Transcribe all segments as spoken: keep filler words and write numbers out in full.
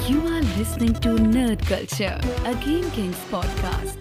You are listening to Nerd Culture, a Game Kings podcast.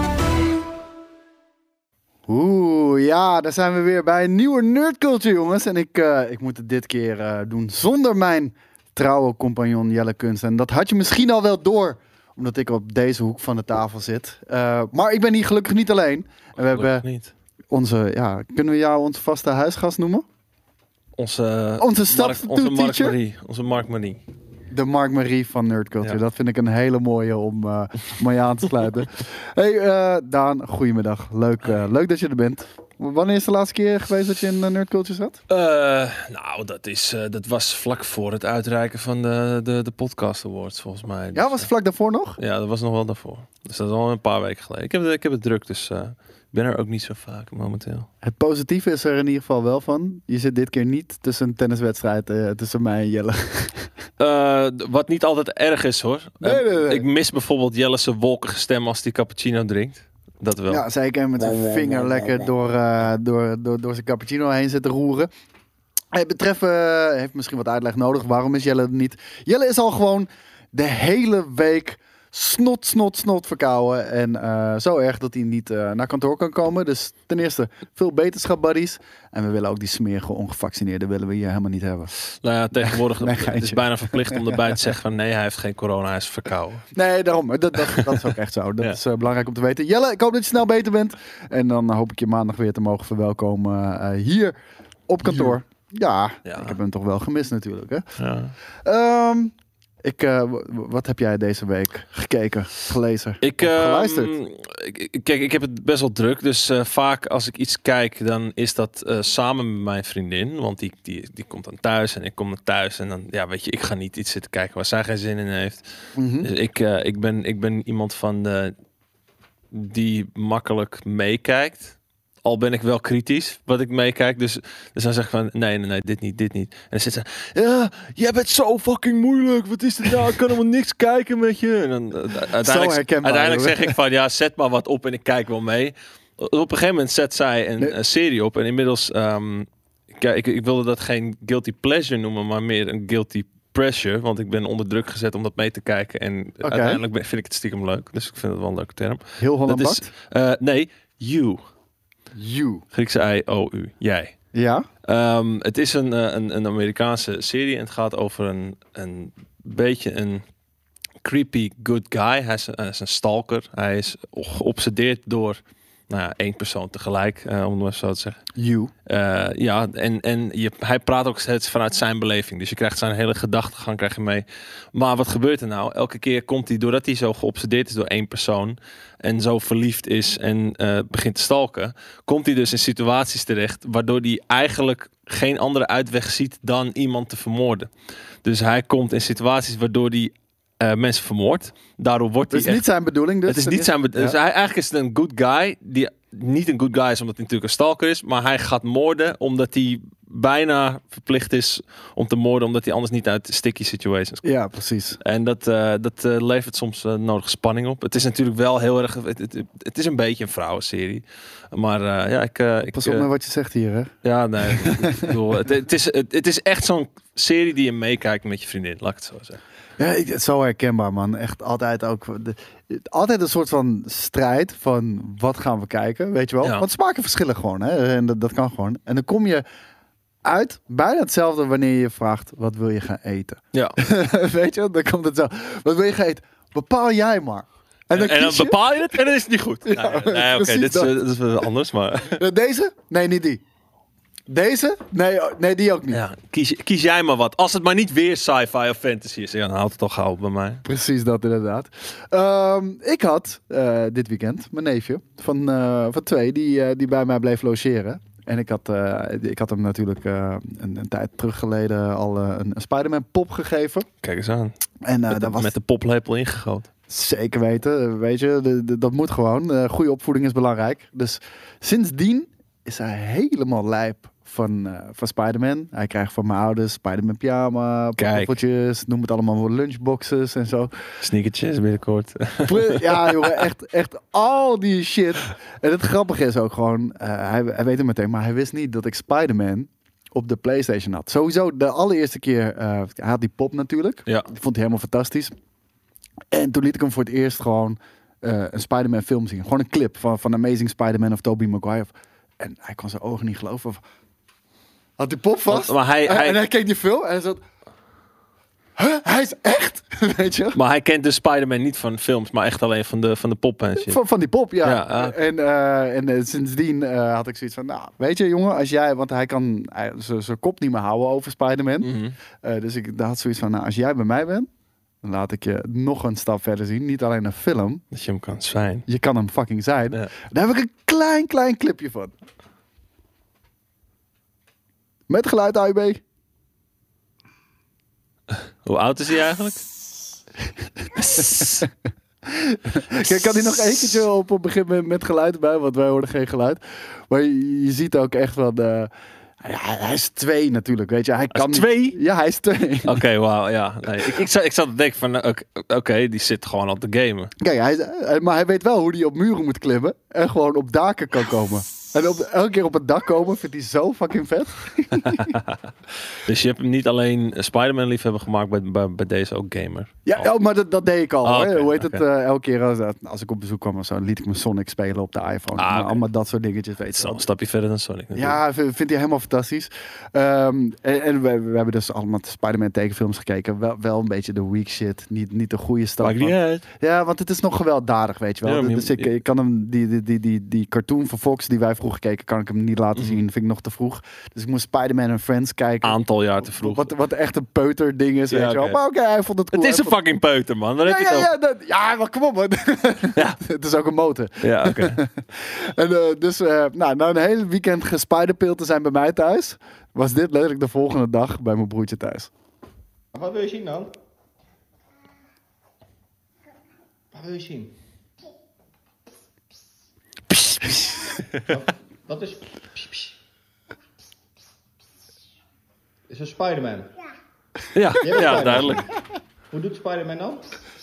Oeh, ja, daar zijn we weer bij een nieuwe Nerd Culture, jongens. En ik, uh, ik moet het dit keer uh, doen zonder mijn trouwe compagnon Jelle Kunst. En dat had je misschien al wel door, omdat ik op deze hoek van de tafel zit. Uh, maar ik ben hier gelukkig niet alleen. En we hebben niet. onze, ja, kunnen we jou onze vaste huisgast noemen? Onze, onze substitute Mark, onze Mark Marie. Onze Mark Marie. De Mark Marie van Nerd Culture. Ja. Dat vind ik een hele mooie om uh, mee aan te sluiten. Hey uh, Daan, goedemiddag. Leuk, uh, leuk dat je er bent. Wanneer is de laatste keer geweest dat je in uh, Nerd Culture zat? Uh, nou, dat, is, uh, dat was vlak voor het uitreiken van de, de, de Podcast Awards, volgens mij. Dus, ja, was het vlak daarvoor nog? Ja, dat was nog wel daarvoor. Dus dat is al een paar weken geleden. Ik heb, ik heb het druk, dus... Uh, ik ben er ook niet zo vaak momenteel. Het positieve is er in ieder geval wel van. Je zit dit keer niet tussen een tenniswedstrijd uh, tussen mij en Jelle. Uh, wat niet altijd erg is, hoor. Nee, nee, nee. Uh, ik mis bijvoorbeeld Jelle's wolkige stem als hij cappuccino drinkt. Dat wel. Ja, zeker met zijn vinger lekker door, uh, door, door, door zijn cappuccino heen zitten roeren. Hey, betreft, uh, heeft misschien wat uitleg nodig. Waarom is Jelle er niet? Jelle is al gewoon de hele week... snot, snot, snot verkouden. En uh, zo erg dat hij niet uh, naar kantoor kan komen. Dus ten eerste, veel beterschap buddies. En we willen ook die smerige ongevaccineerden willen we hier helemaal niet hebben. Nou ja, tegenwoordig nee, het is bijna verplicht om erbij te zeggen van nee, hij heeft geen corona, hij is verkouden. Nee, daarom. Dat, dat, dat is ook echt zo. Dat ja. is uh, belangrijk om te weten. Jelle, ik hoop dat je snel beter bent. En dan hoop ik je maandag weer te mogen verwelkomen uh, hier op kantoor. Ja, ja, ik heb hem toch wel gemist natuurlijk. Hè? Ja. Um, Ik, uh, wat heb jij deze week gekeken, gelezen ik, of geluisterd? Um, ik, kijk, ik heb het best wel druk. Dus uh, vaak als ik iets kijk, dan is dat uh, samen met mijn vriendin. Want die, die, die komt dan thuis en ik kom dan thuis. En dan, ja, weet je, ik ga niet iets zitten kijken waar zij geen zin in heeft. Mm-hmm. Dus ik, uh, ik, ben, ik ben iemand van de, die makkelijk meekijkt. Al ben ik wel kritisch wat ik meekijk. Dus, dus dan zeg ik van, nee, nee, nee, dit niet, dit niet. En dan zit ze, ja, jij bent zo fucking moeilijk. Wat is dit nou? Ik kan helemaal niks kijken met je. En dan uh, uiteindelijk, uiteindelijk zeg ik van, ja, zet maar wat op en ik kijk wel mee. Op een gegeven moment zet zij een, nee. een serie op. En inmiddels, um, ik, ik, ik wilde dat geen guilty pleasure noemen, maar meer een guilty pressure. Want ik ben onder druk gezet om dat mee te kijken. En okay. uiteindelijk vind ik het stiekem leuk. Dus ik vind het wel een leuke term. Heel Holland bakt? Uh, nee, You. You. Griekse I, O, U. Jij. Ja. Um, het is een, een, een Amerikaanse serie en het gaat over een, een beetje een creepy good guy. Hij is, hij is een stalker. Hij is geobsedeerd door nou ja, één persoon tegelijk, uh, om het maar zo te zeggen. You. Uh, ja, en, en je, hij praat ook steeds vanuit zijn beleving. Dus je krijgt zijn hele gedachtegang krijg je mee. Maar wat gebeurt er nou? Elke keer komt hij, doordat hij zo geobsedeerd is door één persoon en zo verliefd is en uh, begint te stalken, komt hij dus in situaties terecht waardoor hij eigenlijk geen andere uitweg ziet dan iemand te vermoorden. Dus hij komt in situaties waardoor hij Uh, mensen vermoord. Daardoor wordt hij. Het is niet zijn bedoeling, dus. Het is niet zijn bedoeling. Ja. Dus hij, eigenlijk is het een good guy die niet een good guy is omdat hij natuurlijk een stalker is, maar hij gaat moorden omdat hij bijna verplicht is om te moorden omdat hij anders niet uit sticky situations komt. Ja, precies. En dat, uh, dat uh, levert soms uh, nodige spanning op. Het is natuurlijk wel heel erg. Het, het, het is een beetje een vrouwenserie, maar uh, ja, ik. Uh, ik Pas op uh, met wat je zegt hier, hè? Ja, nee. ik bedoel, het, het, is, het, het is echt zo'n serie die je meekijkt met je vriendin, laat ik het zo zeggen. Ja, ik, het is zo herkenbaar, man. Echt altijd ook... De, altijd een soort van strijd van wat gaan we kijken, weet je wel? Ja. Want smaken verschillen gewoon, hè? En dat, dat kan gewoon. En dan kom je uit bijna hetzelfde wanneer je vraagt, wat wil je gaan eten? Ja. Weet je, dan komt het zo. Wat wil je gaan eten? Bepaal jij maar. En dan, en dan je... bepaal je het en dan is het niet goed. Ja, nee, nee, oké, okay, dit, dit is wel anders, maar... Deze? Nee, niet die. Deze? Nee, nee, die ook niet. Ja, kies, kies jij maar wat. Als het maar niet weer sci-fi of fantasy is, ja, dan houdt het toch gauw bij mij. Precies dat, inderdaad. Um, ik had uh, dit weekend mijn neefje van, uh, van twee, die, uh, die bij mij bleef logeren. En ik had, uh, ik had hem natuurlijk uh, een, een tijd terug geleden al uh, een, een Spider-Man pop gegeven. Kijk eens aan. En, uh, met, de, was... met de poplepel ingegoten. Zeker weten, weet je, de, de, dat moet gewoon. Uh, goede opvoeding is belangrijk. Dus sindsdien is hij helemaal lijp van, uh, van Spider-Man. Hij krijgt van mijn ouders Spider-Man pyjama, pantoffeltjes, noem het allemaal lunchboxes en zo. Sneakertjes binnenkort. Ja, jongen, echt, echt al die shit. En het grappige is ook gewoon, uh, hij, hij weet het meteen, maar hij wist niet dat ik Spider-Man op de PlayStation had. Sowieso de allereerste keer, uh, hij had die pop natuurlijk. Ja. Die vond hij helemaal fantastisch. En toen liet ik hem voor het eerst gewoon uh, een Spider-Man film zien. Gewoon een clip van, van Amazing Spider-Man of Tobey Maguire. En hij kon zijn ogen niet geloven. Had die pop vast. Maar, maar hij, en, hij... en hij keek die film en hij zat... Huh? Hij is echt? Weet je? Maar hij kent de Spider-Man niet van films, maar echt alleen van de, van de pop en shit. Van, van die pop, ja. Ja, ah. En, uh, en uh, sindsdien uh, had ik zoiets van, nou, weet je jongen, als jij, want hij kan zijn kop niet meer houden over Spider-Man. Mm-hmm. Uh, dus ik had zoiets van, nou, als jij bij mij bent, dan laat ik je nog een stap verder zien. Niet alleen een film. Dat je hem kan zijn. Je kan hem fucking zijn. Ja. Daar heb ik een klein, klein clipje van. Met geluid, A U B. Hoe oud is hij eigenlijk? Kijk, kan hij nog één keertje op het begin met, met geluid bij, want wij hoorden geen geluid. Maar je, je ziet ook echt wel de... Ja, hij is twee natuurlijk, weet je. Hij kan is twee? Niet, ja, hij is twee. Oké, okay, wauw, ja. Nee, ik, ik, zat, ik zat te denken van, oké, okay, die zit gewoon op de gamen. Kijk, hij is, maar hij weet wel hoe hij op muren moet klimmen en gewoon op daken kan komen. En op, elke keer op het dak komen vindt hij zo fucking vet. Dus je hebt hem niet alleen Spider-Man liefhebber gemaakt, bij, bij, bij deze ook gamer? Ja, oh. Oh, maar dat, dat deed ik al. Oh, Okay, hoe heet okay. het? Uh, elke keer als, als ik op bezoek kwam of zo, liet ik me Sonic spelen op de iPhone. Ah, okay. Allemaal dat soort dingetjes. Weet je wel. Een stapje verder dan Sonic natuurlijk. Ja, vindt hij helemaal fantastisch. Um, en en we, we hebben dus allemaal Spider-Man tekenfilms gekeken. Wel, wel een beetje de weak shit. Niet, niet de goede stap. Maakt niet uit. Ja, want het is nog gewelddadig, weet je wel. Ja, dus ik, ik kan hem, die, die, die, die, die cartoon van Fox die wij vroeger keken, kan ik hem niet laten zien. Vind ik nog te vroeg. Dus ik moest Spider-Man en Friends kijken. Aantal jaar te vroeg. Wat, wat echt een peuter ding is, weet ja, je wel. Okay. Maar oké, okay, hij vond het cool. Het is hij een vond... fucking peuter, man. Waar ja, heb je ja, het ja, dat, ja, maar kom op, man. Ja. Het is ook een motor. Ja, oké. Okay. En uh, dus, uh, nou, na een hele weekend gespiderpil te zijn bij mij thuis, was dit letterlijk de volgende dag bij mijn broertje thuis. Wat wil je zien dan? Wat wil je zien? wat, wat is... Is een Spider-Man? Ja, ja, ja duidelijk. Hoe doet Spider-Man dan?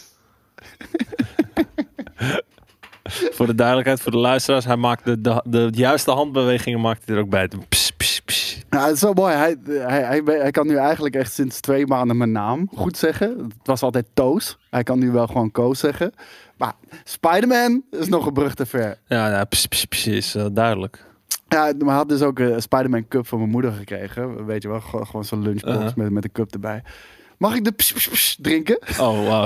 Voor de duidelijkheid, voor de luisteraars, hij maakt de, de, de juiste handbewegingen maakt hij er ook bij. Pss, pss, pss. Ja, het is zo mooi. Hij, hij, hij, hij kan nu eigenlijk echt sinds twee maanden mijn naam goed zeggen. Het was altijd Toos. Hij kan nu wel gewoon Koos zeggen. Maar Spider-Man is nog een brug te ver. Ja, ja pss, pss, pss is uh, duidelijk. Ja, maar hij had dus ook een Spider-Man cup van mijn moeder gekregen. Weet je wel, gewoon, gewoon zo'n lunchbox uh-huh. met, met een cup erbij. Mag ik de pss, pss, pss drinken? Oh, wauw.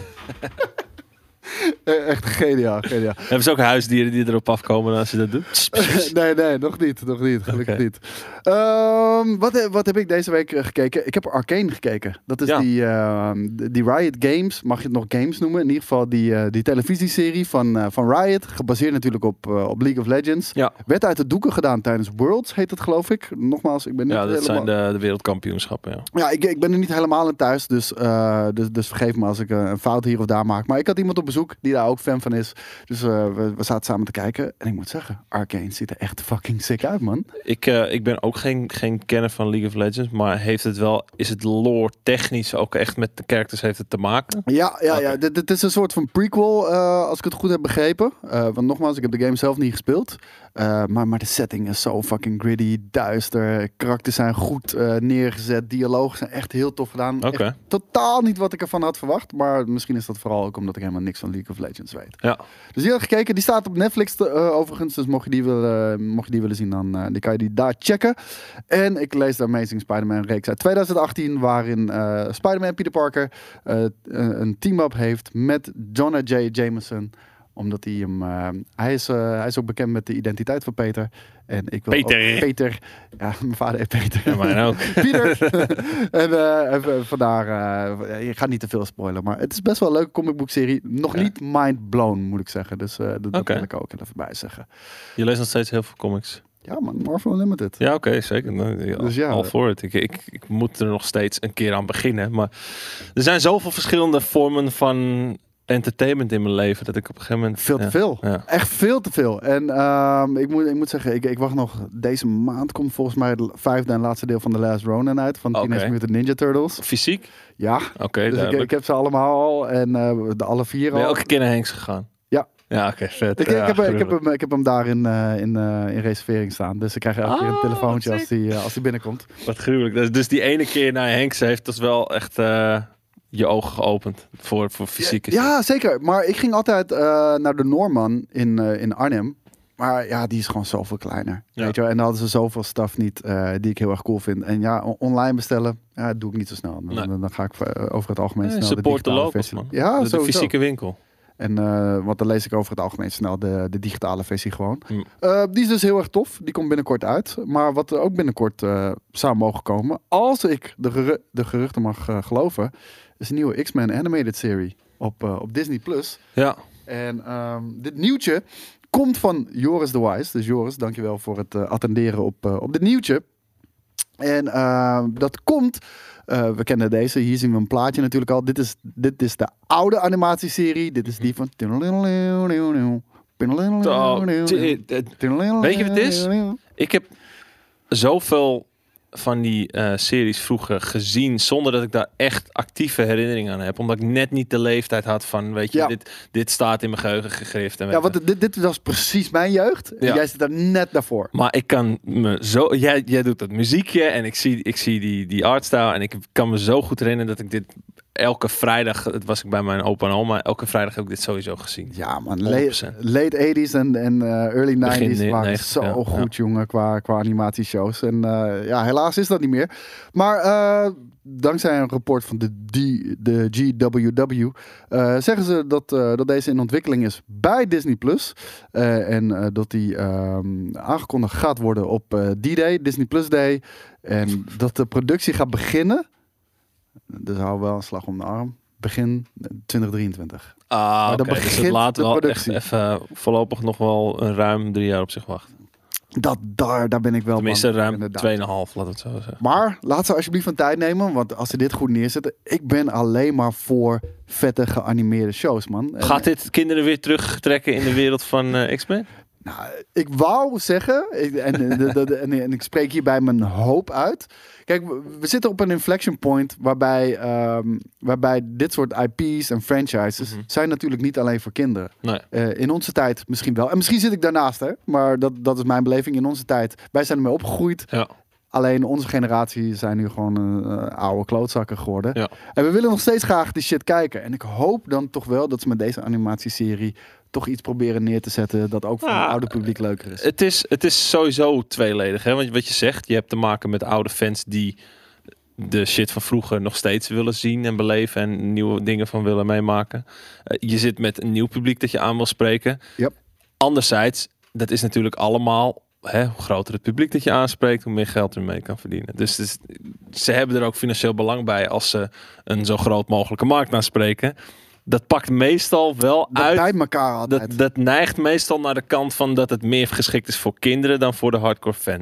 Echt geniaal, geniaal. Hebben ze ook huisdieren die erop afkomen als je dat doet? nee, nee, nog niet. Nog niet, gelukkig okay. niet. Um, wat, wat heb ik deze week gekeken? Ik heb Arcane gekeken. Dat is ja. die, uh, die Riot Games. Mag je het nog games noemen? In ieder geval die, uh, die televisieserie van, uh, van Riot. Gebaseerd natuurlijk op, uh, op League of Legends. Ja. Werd uit de doeken gedaan tijdens Worlds, heet het geloof ik. Nogmaals, ik ben niet ja, dat helemaal... zijn de, de wereldkampioenschappen, ja. Ja, ik, ik ben er niet helemaal in thuis. Dus, uh, dus, dus vergeef me als ik uh, een fout hier of daar maak. Maar ik had iemand op bezoek die daar ook fan van is. Dus uh, we, we zaten samen te kijken. En ik moet zeggen, Arcane ziet er echt fucking sick uit, man. Ik, uh, ik ben ook geen, geen kenner van League of Legends. Maar heeft het wel, is het lore technisch ook echt met de characters heeft het te maken? Ja, ja, okay. ja. Dit, dit is een soort van prequel, uh, als ik het goed heb begrepen. Uh, want nogmaals, ik heb de game zelf niet gespeeld. Uh, maar, maar de setting is zo fucking gritty, duister. Karakters zijn goed uh, neergezet. Dialogen zijn echt heel tof gedaan. Okay. Echt totaal niet wat ik ervan had verwacht. Maar misschien is dat vooral ook omdat ik helemaal niks van League of Legends weet. Ja. Dus die had gekeken. Die staat op Netflix te, uh, overigens. Dus mocht je die willen, uh, mocht je die willen zien, dan uh, die kan je die daar checken. En ik lees de Amazing Spider-Man reeks uit twintig achttien. Waarin uh, Spider-Man Peter Parker uh, een team-up heeft met Jonah J. Jameson. Omdat hij hem... Uh, hij, is, uh, hij is ook bekend met de identiteit van Peter. En ik wil Peter. Ook Peter. Ja, mijn vader heet Peter. Ja, mijn ook. Pieter. en uh, vandaar... Uh, ik ga niet te veel spoilen. Maar het is best wel een leuke comicboekserie. Nog ja. niet mind blown, moet ik zeggen. Dus uh, dat, okay. dat wil ik ook even bij zeggen. Je leest nog steeds heel veel comics. Ja man, Marvel Unlimited. Ja, oké, okay, zeker. Ja, dus ja, al voor het. Ik, ik, ik moet er nog steeds een keer aan beginnen. Maar er zijn zoveel verschillende vormen van entertainment in mijn leven dat ik op een gegeven moment... Veel te ja, veel. Ja. Echt veel te veel. En um, ik, moet, ik moet zeggen, ik, ik wacht nog... Deze maand komt volgens mij het vijfde en laatste deel van The Last Ronin uit. Van Teenage okay. Mutant Ninja Turtles. Fysiek? Ja. Oké, okay, dus ik, ik heb ze allemaal al. En uh, de alle vier al. Ben je elke keer naar Hanks gegaan? Ja. Ja, oké, vet. Ik, Ja, ik, heb, ik, heb gruwelijk. hem, ik heb hem daar in, uh, in, uh, in reservering staan. Dus ik krijg elke keer een Oh, telefoontje als sick. die, uh, als die binnenkomt. Wat gruwelijk. Dus, dus die ene keer naar Henks heeft dus wel echt uh, je ogen geopend voor, voor fysieke shit. Ja, zeker. Maar ik ging altijd uh, naar de Noorman in, uh, in Arnhem. Maar ja, die is gewoon zoveel kleiner. Ja. Weet je wel? En dan hadden ze zoveel stuff niet uh, die ik heel erg cool vind. En ja, on- online bestellen, ja, dat doe ik niet zo snel. Dan, Nee. dan, dan ga ik uh, over het algemeen Nee, snel de support de digitale locals, versie. man. Ja, de, de sowieso. fysieke winkel. En uh, want dan lees ik over het algemeen snel de, de digitale versie gewoon. Hm. Uh, die is dus heel erg tof. Die komt binnenkort uit. Maar wat er ook binnenkort uh, zou mogen komen, als ik de, geru- de geruchten mag uh, geloven, is een nieuwe X-Men animated serie op, uh, op Disney Plus. Ja. En um, dit nieuwtje komt van Joris de Wise. Dus Joris, dankjewel voor het uh, attenderen op, uh, op dit nieuwtje. En uh, dat komt... Uh, we kennen deze. Hier zien we een plaatje natuurlijk al. Dit is, dit is de oude animatieserie. Dit is die van... Oh, t- t- weet je wat het is? Ik heb zoveel van die uh, series vroeger gezien zonder dat ik daar echt actieve herinneringen aan heb. Omdat ik net niet de leeftijd had van, weet je, Ja. dit, dit staat in mijn geheugen gegrift. En Ja, weet je. want dit, dit was precies mijn jeugd. En Ja. jij zit daar net daarvoor. Maar ik kan me zo... Jij, jij doet dat muziekje en ik zie, ik zie die, die artstyle en ik kan me zo goed herinneren dat ik dit elke vrijdag... Het was ik bij mijn opa en oma. Elke vrijdag heb ik dit sowieso gezien. Ja, man. honderd Late, procent. late eighties en, en uh, early nineties ne- waren negentig, zo ja, goed, jongen, qua, qua animatieshows. En uh, ja, helaas is dat niet meer. Maar uh, dankzij een rapport van de, D, de G W W uh, zeggen ze dat, uh, dat deze in ontwikkeling is bij Disney Plus. Uh, en uh, dat die um, aangekondigd gaat worden op uh, D-Day, Disney Plus Day. En dat de productie gaat beginnen. Dus hou wel een slag om de arm. Begin twintig drieëntwintig. Ah, Maar dan oké. Dus het begint laat de wel echt productie. even voorlopig nog wel een ruim drie jaar op zich wachten. Dat, daar, daar ben ik wel Tenminste, bang voor, ruim inderdaad. tweeënhalf, laat het zo zeggen. Maar laat ze alsjeblieft van tijd nemen. Want als ze dit goed neerzetten... Ik ben alleen maar voor vette geanimeerde shows, man. En, Gaat dit kinderen weer terugtrekken in de wereld van uh, X-Men? Nou, ik wou zeggen... Ik, en, en, en, en, en ik spreek hierbij mijn hoop uit. Kijk, we, we zitten op een inflection point... waarbij, um, waarbij dit soort I P's en franchises... Mhm. zijn natuurlijk niet alleen voor kinderen. Nee. Uh, in onze tijd misschien wel. En misschien zit ik daarnaast, hè. Maar dat, dat is mijn beleving in onze tijd. Wij zijn ermee opgegroeid. Ja. Alleen onze generatie zijn nu gewoon uh, oude klootzakken geworden. Ja. En we willen nog steeds graag die shit kijken. En ik hoop dan toch wel dat ze met deze animatieserie... toch iets proberen neer te zetten... dat ook voor Ja, het oude publiek leuker is. Het is, het is sowieso tweeledig. Hè? Want wat je zegt, je hebt te maken met oude fans die de shit van vroeger nog steeds willen zien en beleven en nieuwe dingen van willen meemaken. Uh, je zit met een nieuw publiek dat je aan wil spreken. Yep. Anderzijds, dat is natuurlijk allemaal... Hè, hoe groter het publiek dat je aanspreekt, hoe meer geld er mee kan verdienen. Dus, dus ze hebben er ook financieel belang bij als ze een zo groot mogelijke markt aanspreken. Dat pakt meestal wel Dat uit. bijt elkaar altijd. Dat, dat neigt meestal naar de kant van dat het meer geschikt is voor kinderen dan voor de hardcore fan.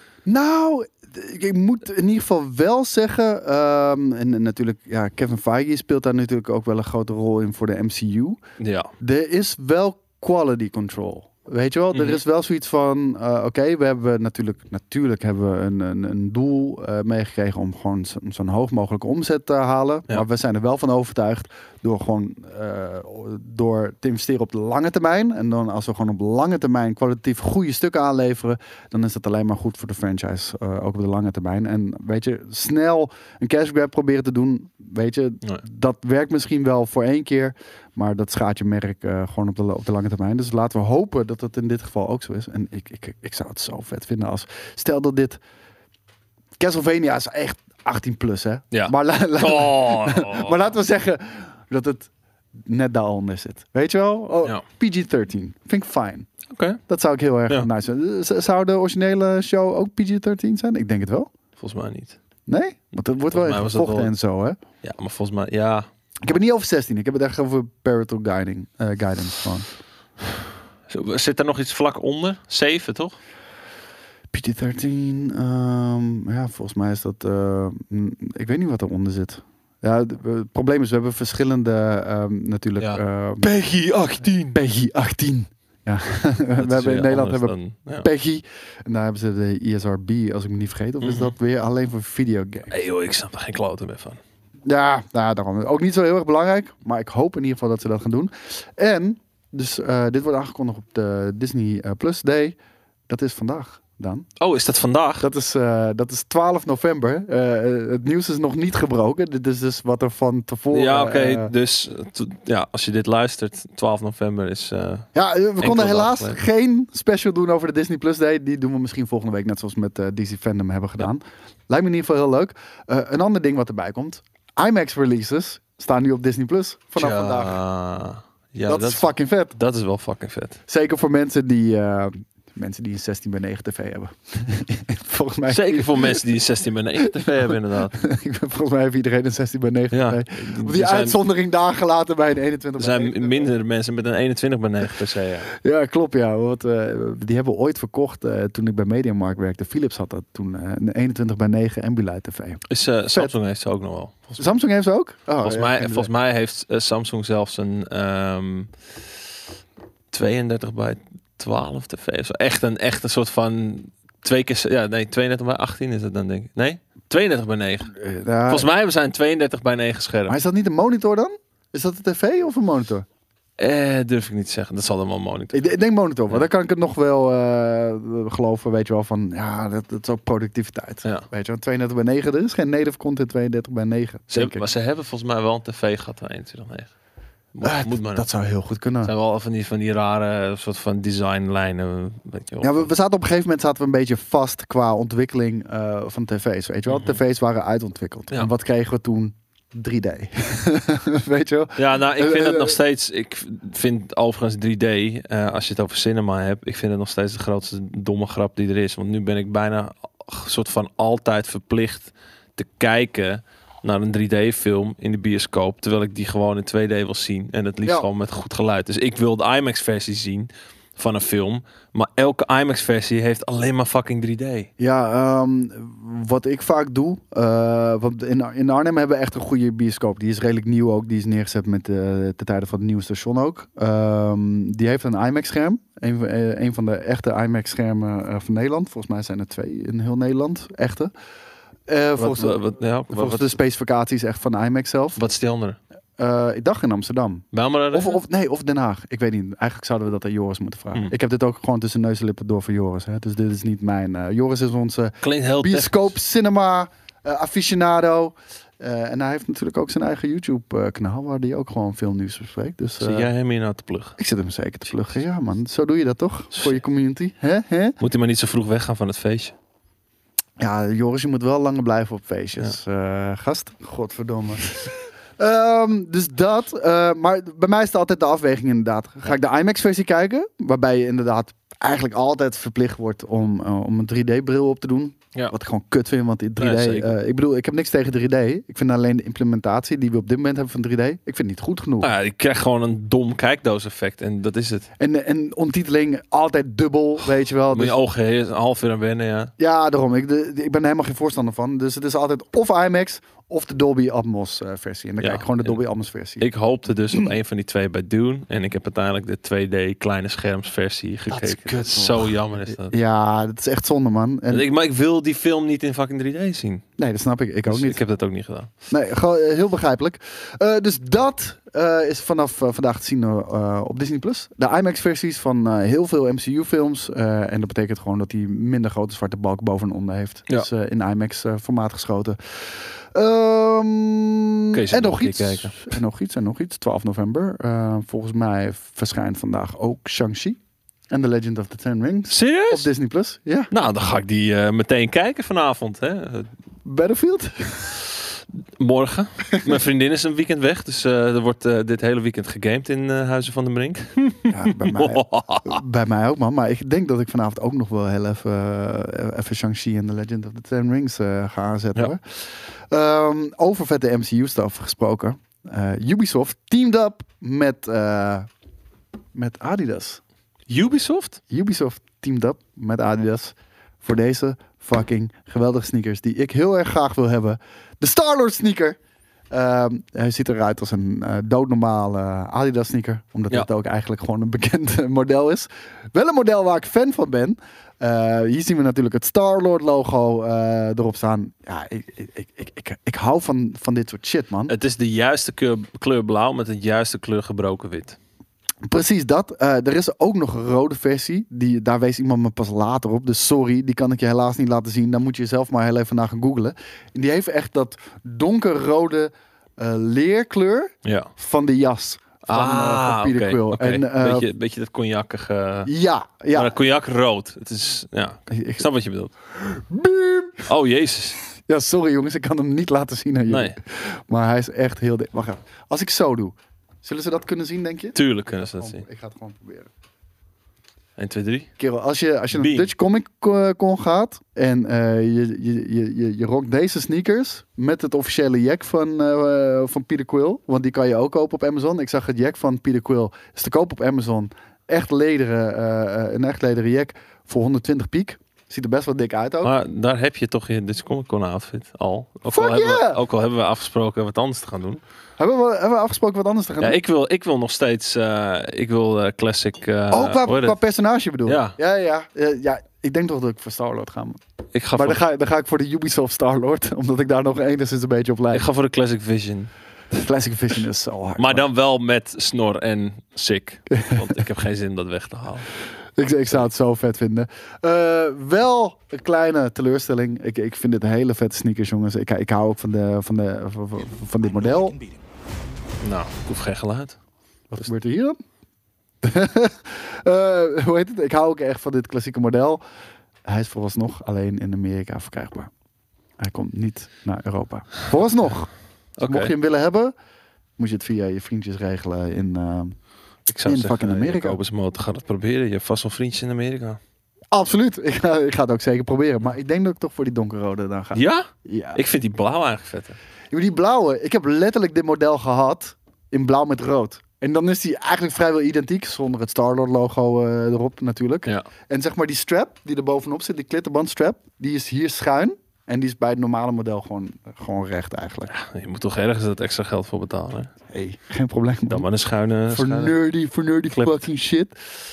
Nou, ik ik moet in ieder geval wel zeggen... Um, en, en natuurlijk, ja, Kevin Feige speelt daar natuurlijk ook wel een grote rol in voor de M C U. Ja. Er is wel quality control. Weet je wel, Mhm. er is wel zoiets van, uh, oké, okay, we hebben natuurlijk, natuurlijk hebben we een, een, een doel uh, meegekregen om gewoon zo- zo'n hoog mogelijke omzet te halen. Ja. Maar we zijn er wel van overtuigd door gewoon uh, door te investeren op de lange termijn. En dan als we gewoon op lange termijn kwalitatief goede stukken aanleveren, dan is dat alleen maar goed voor de franchise, uh, ook op de lange termijn. En weet je, snel een cash grab proberen te doen, weet je, Nee. dat werkt misschien wel voor één keer. Maar dat schaadt je merk uh, gewoon op de, op de lange termijn. Dus laten we hopen dat het in dit geval ook zo is. En ik, ik, ik zou het zo vet vinden als... Stel dat dit... Castlevania is echt achttien plus, hè? Ja. Maar, la, la- Oh. maar laten we zeggen dat het net daaronder zit. Weet je wel? Oh, Ja. P G dertien. Vind ik fijn. Oké, Dat zou ik heel erg Ja. nice vinden. Z- Zou de originele show ook P G dertien zijn? Ik denk het wel. volgens mij niet. Nee? Want er wordt wel Volgens mij in was dat gevochten wel- en zo, hè? Ja, maar volgens mij, ja. Ik heb het niet over zestien. Ik heb het echt over parental guiding, uh, guidance gewoon. Zo, zit er nog iets vlak onder? zeven, toch? P G dertien, um, ja, volgens mij is dat... Uh, mm, ik weet niet wat eronder zit. Ja, d- we- het probleem is, we hebben verschillende um, natuurlijk... Ja. Uh, Peggy achttien. Peggy achttien. Ja, we hebben in Nederland hebben we Dan, ja. Peggy. En daar hebben ze de I S R B, als ik me niet vergeet. Of is Mhm. dat weer alleen voor videogames? Hey, joh, ik snap er geen kloten meer van. Ja, nou, daarom. Ook niet zo heel erg belangrijk. Maar ik hoop in ieder geval dat ze dat gaan doen. En Dus uh, dit wordt aangekondigd op de Disney uh, Plus Day. Dat is vandaag, Dan. Oh, is dat vandaag? Dat is, uh, dat is twaalf november. Uh, het nieuws is nog niet gebroken. Dit is dus wat er van tevoren... Ja, oké. Okay, uh, dus t- ja, als je dit luistert, twaalf november is... Uh, ja, we konden helaas geleden. geen special doen over de Disney Plus Day. Die doen we misschien volgende week, net zoals we met uh, D C Fandom hebben gedaan. Ja. Lijkt me in ieder geval heel leuk. Uh, een ander ding wat erbij komt. IMAX releases staan nu op Disney Plus vanaf ja, vandaag. Ja, dat, dat is fucking vet. Dat is wel fucking vet. Zeker voor mensen die... Uh, Mensen die een zestien bij negen tv hebben. Volgens mij... Zeker voor mensen die een zestien bij negen tv hebben, inderdaad. Volgens mij heeft iedereen een zestien bij negen ja, tv. Of die uitzondering daar gelaten bij een eenentwintig bij negen. Er zijn minder mensen met een eenentwintig bij negen tv. Ja. ja, klopt. Ja. Want, uh, die hebben ooit verkocht uh, toen ik bij Mediamarkt werkte. Philips had dat toen uh, een eenentwintig bij negen Ambilight tv. Is, uh, Samsung heeft ze ook nog wel. Samsung heeft ze ook? Oh, volgens, ja, mij, volgens mij heeft uh, Samsung zelfs een um, tweeëndertig bij twaalf tv. Zo echt een, echt een soort van twee keer, ja, nee, tweeëndertig bij achttien is het dan, denk ik. Nee, tweeëndertig bij negen. Uh, nou, Volgens mij hebben zij een tweeëndertig bij negen scherm. Maar is dat niet een monitor dan? Is dat een tv of een monitor? Eh, durf ik niet te zeggen. Dat zal dan wel een monitor. Ik, ik denk monitor, maar ja. Dan kan ik het nog wel uh, geloven, weet je wel, van ja, dat, dat is ook productiviteit. Ja. Weet je wel, tweeëndertig bij negen, er is geen native content tweeëndertig bij negen. Ze, maar ze hebben volgens mij wel een tv gehad van eenentwintig bij negen. Moet, uh, moet maar dat zou heel goed kunnen. Het zijn wel van die, van die rare soort van designlijnen. Weet je wel. Ja, we, we zaten op een gegeven moment zaten we een beetje vast qua ontwikkeling uh, van tv's. Weet je wel, mm-hmm. tv's waren uitontwikkeld. Ja. En wat kregen we toen? drie D. Weet je wel? Ja, nou, ik vind het nog steeds... Ik vind overigens drie D, uh, als je het over cinema hebt, ik vind het nog steeds de grootste domme grap die er is. Want nu ben ik bijna soort van altijd verplicht te kijken naar een drie D-film in de bioscoop, terwijl ik die gewoon in twee D wil zien. En het liefst ja. gewoon met goed geluid. Dus ik wil de IMAX-versie zien van een film, maar elke IMAX-versie heeft alleen maar fucking drie D. Ja, um, wat ik vaak doe, uh, want in, in Arnhem hebben we echt een goede bioscoop. Die is redelijk nieuw ook, die is neergezet met uh, de tijden van het nieuwe station ook. Um, die heeft een IMAX-scherm, een, uh, een van de echte IMAX-schermen uh, van Nederland. Volgens mij zijn er twee in heel Nederland, echte. Uh, wat, volgens wat, wat, ja, volgens wat, de specificaties echt van de IMAX zelf. Wat is die andere? Uh, ik dacht in Amsterdam. Of, of, nee, of Den Haag. Ik weet niet. Eigenlijk zouden we dat aan Joris moeten vragen. Mm. Ik heb dit ook gewoon tussen neus en lippen door voor Joris. Hè? Dus dit is niet mijn... Uh, Joris is onze bioscoop, cinema, uh, aficionado. Uh, en hij heeft natuurlijk ook zijn eigen YouTube-kanaal... waar hij ook gewoon veel nieuws bespreekt. Dus, uh, zit jij hem hier nou te pluggen? Ik zit hem zeker te pluggen. Ja man, zo doe je dat toch? Voor je community. Hè? Hè? Moet hij maar niet zo vroeg weggaan van het feestje? Ja, Joris, je moet wel langer blijven op feestjes. Ja. Uh, gast, godverdomme. Um, dus dat. Uh, maar bij mij is het altijd de afweging inderdaad. Ga ik de IMAX-versie kijken? Waarbij je inderdaad eigenlijk altijd verplicht wordt om, uh, om een drie D-bril op te doen. Ja. Wat ik gewoon kut vind, want die drie D... Ja, uh, ik bedoel, ik heb niks tegen drie D. Ik vind alleen de implementatie die we op dit moment hebben van drie D... ik vind het niet goed genoeg. Nou ja, ik krijg gewoon een dom kijkdoos-effect en dat is het. En, en ondertiteling altijd dubbel, weet je wel. Moet dus... je ogen een half uur aan wennen, ja. Ja, daarom. Ik, de, ik ben er helemaal geen voorstander van. Dus het is altijd of IMAX... of de Dolby Atmos uh, versie. En dan ja, kijk ik gewoon de Dolby Atmos versie. Ik hoopte dus op een van die twee bij Dune. En ik heb uiteindelijk de twee D kleine scherms versie gekeken. Dat is kut, Zo jammer is dat. Ja, dat is echt zonde, man. En... Ik, maar ik wil die film niet in fucking drie D zien. Nee, dat snap ik. Ik ook dus niet. Ik heb dat ook niet gedaan. Nee, gewoon uh, heel begrijpelijk. Uh, dus dat uh, is vanaf uh, vandaag te zien uh, op Disney Plus. De IMAX-versies van uh, heel veel M C U-films. Uh, en dat betekent gewoon dat hij minder grote zwarte balk boven en onder heeft. Ja. Dus uh, in IMAX-formaat uh, geschoten. Um, en nog iets. Kijken. En nog iets. En nog iets. twaalf november. Uh, volgens mij verschijnt vandaag ook Shang-Chi. En The Legend of the Ten Rings. Serieus? Op Disney Plus. Ja. Nou, dan ga ik die uh, meteen kijken vanavond. Hè. Battlefield? Morgen. Mijn vriendin is een weekend weg. Dus uh, er wordt uh, dit hele weekend gegamed in uh, Huizen van de Brink. Ja, bij mij, bij mij ook, man. Maar ik denk dat ik vanavond ook nog wel heel even, uh, even Shang-Chi en The Legend of the Ten Rings uh, ga aanzetten. Ja. Hoor. Um, over vette M C U-stuff gesproken. Uh, Ubisoft teamed up met, uh, met Adidas. Ubisoft? Ubisoft teamed up met Adidas voor deze fucking geweldige sneakers die ik heel erg graag wil hebben. De Star-Lord sneaker. Uh, hij ziet eruit als een uh, doodnormale uh, Adidas sneaker. Omdat ja. het ook eigenlijk gewoon een bekend model is. Wel een model waar ik fan van ben. Uh, hier zien we natuurlijk het Star-Lord logo uh, erop staan. Ja, ik, ik, ik, ik, ik hou van, van dit soort shit, man. Het is de juiste kleur, kleur blauw met het juiste kleur gebroken wit. Precies dat. Uh, er is ook nog een rode versie. Die, daar wees iemand me pas later op. Dus sorry, die kan ik je helaas niet laten zien. Dan moet je zelf maar heel even naar gaan googlen. En die heeft echt dat donkerrode uh, leerkleur Ja. van de jas. Van, Ah, uh, van Peter oké, Quill. oké. En, uh, beetje, beetje dat cognackige... ja, ja. Maar dat cognac rood. Het is, ja. Ik- Ik snap wat je bedoelt. Beam! Oh, jezus. Ja, sorry jongens, ik kan hem niet laten zien aan jullie. Nee, Maar hij is echt heel... dik. Wacht even. Als ik zo doe, zullen ze dat kunnen zien, denk je? tuurlijk kunnen ze dat zien. Ik ga het gewoon proberen. één, twee, drie. Kerel, als je, als je naar Beam. Dutch Comic Con gaat en uh, je, je, je, je, je rokt deze sneakers met het officiële jack van, uh, van Peter Quill, want die kan je ook kopen op Amazon. Ik zag het jack van Peter Quill, is te koop op Amazon. Echt lederen, uh, een echt lederen jack voor honderdtwintig piek. Ziet er best wel dik uit ook. Maar daar heb je toch je Dutch Comic Con outfit al. Ook Fuck al, hebben we, yeah! ook al hebben we afgesproken wat anders te gaan doen. Hebben, we, hebben we afgesproken wat anders te gaan Ja, doen? ik wil, ik wil nog steeds... uh, ik wil uh, classic... Uh, oh, qua, hoe heet qua het? personage bedoel je? Ja. Ja, ja, uh, ja. Ik denk toch dat ik voor Star-Lord ga. Man. Ik ga, Maar voor, dan ga, dan ga ik voor de Ubisoft Star-Lord, omdat ik daar nog enigszins een beetje op ik lijk. ga voor de Classic Vision. Classic Vision is zo hard. Maar dan wel met snor en sick. Want ik heb geen zin om dat weg te halen. Ik, ik zou het zo vet vinden. Uh, wel een kleine teleurstelling. Ik, ik vind dit hele vette sneakers, jongens. Ik, ik hou ook van, de, van, de, van, van, van dit model. Nou, ik hoef geen geluid. Wat gebeurt er hier dan? uh, hoe heet het? Ik hou ook echt van dit klassieke model. Hij is vooralsnog alleen in Amerika verkrijgbaar. Hij komt niet naar Europa. Vooralsnog. Dus Oké. mocht je hem willen hebben, moet je het via je vriendjes regelen in... Uh, Ik zou in zeggen, fucking Amerika. Amerika. Motor, ga het proberen. Je hebt vast wel vriendjes in Amerika. Absoluut. Ik ga, ik ga het ook zeker proberen. Maar ik denk dat ik toch voor die donkerrode dan ga. Ja? Ja. Ik vind die blauw eigenlijk vetter. Ja, maar die blauwe, ik heb letterlijk dit model gehad in blauw met rood. En dan is die eigenlijk vrijwel identiek, zonder het Star-Lord logo uh, erop natuurlijk. Ja. En zeg maar die strap die er bovenop zit, die klitterband strap, die is hier schuin. En die is bij het normale model gewoon, gewoon recht eigenlijk. Je moet toch ergens dat extra geld voor betalen. Hè? Hey, geen probleem. man. Dan maar een schuine... Voor schuine- nerdy, voor nerdy Clip. fucking shit.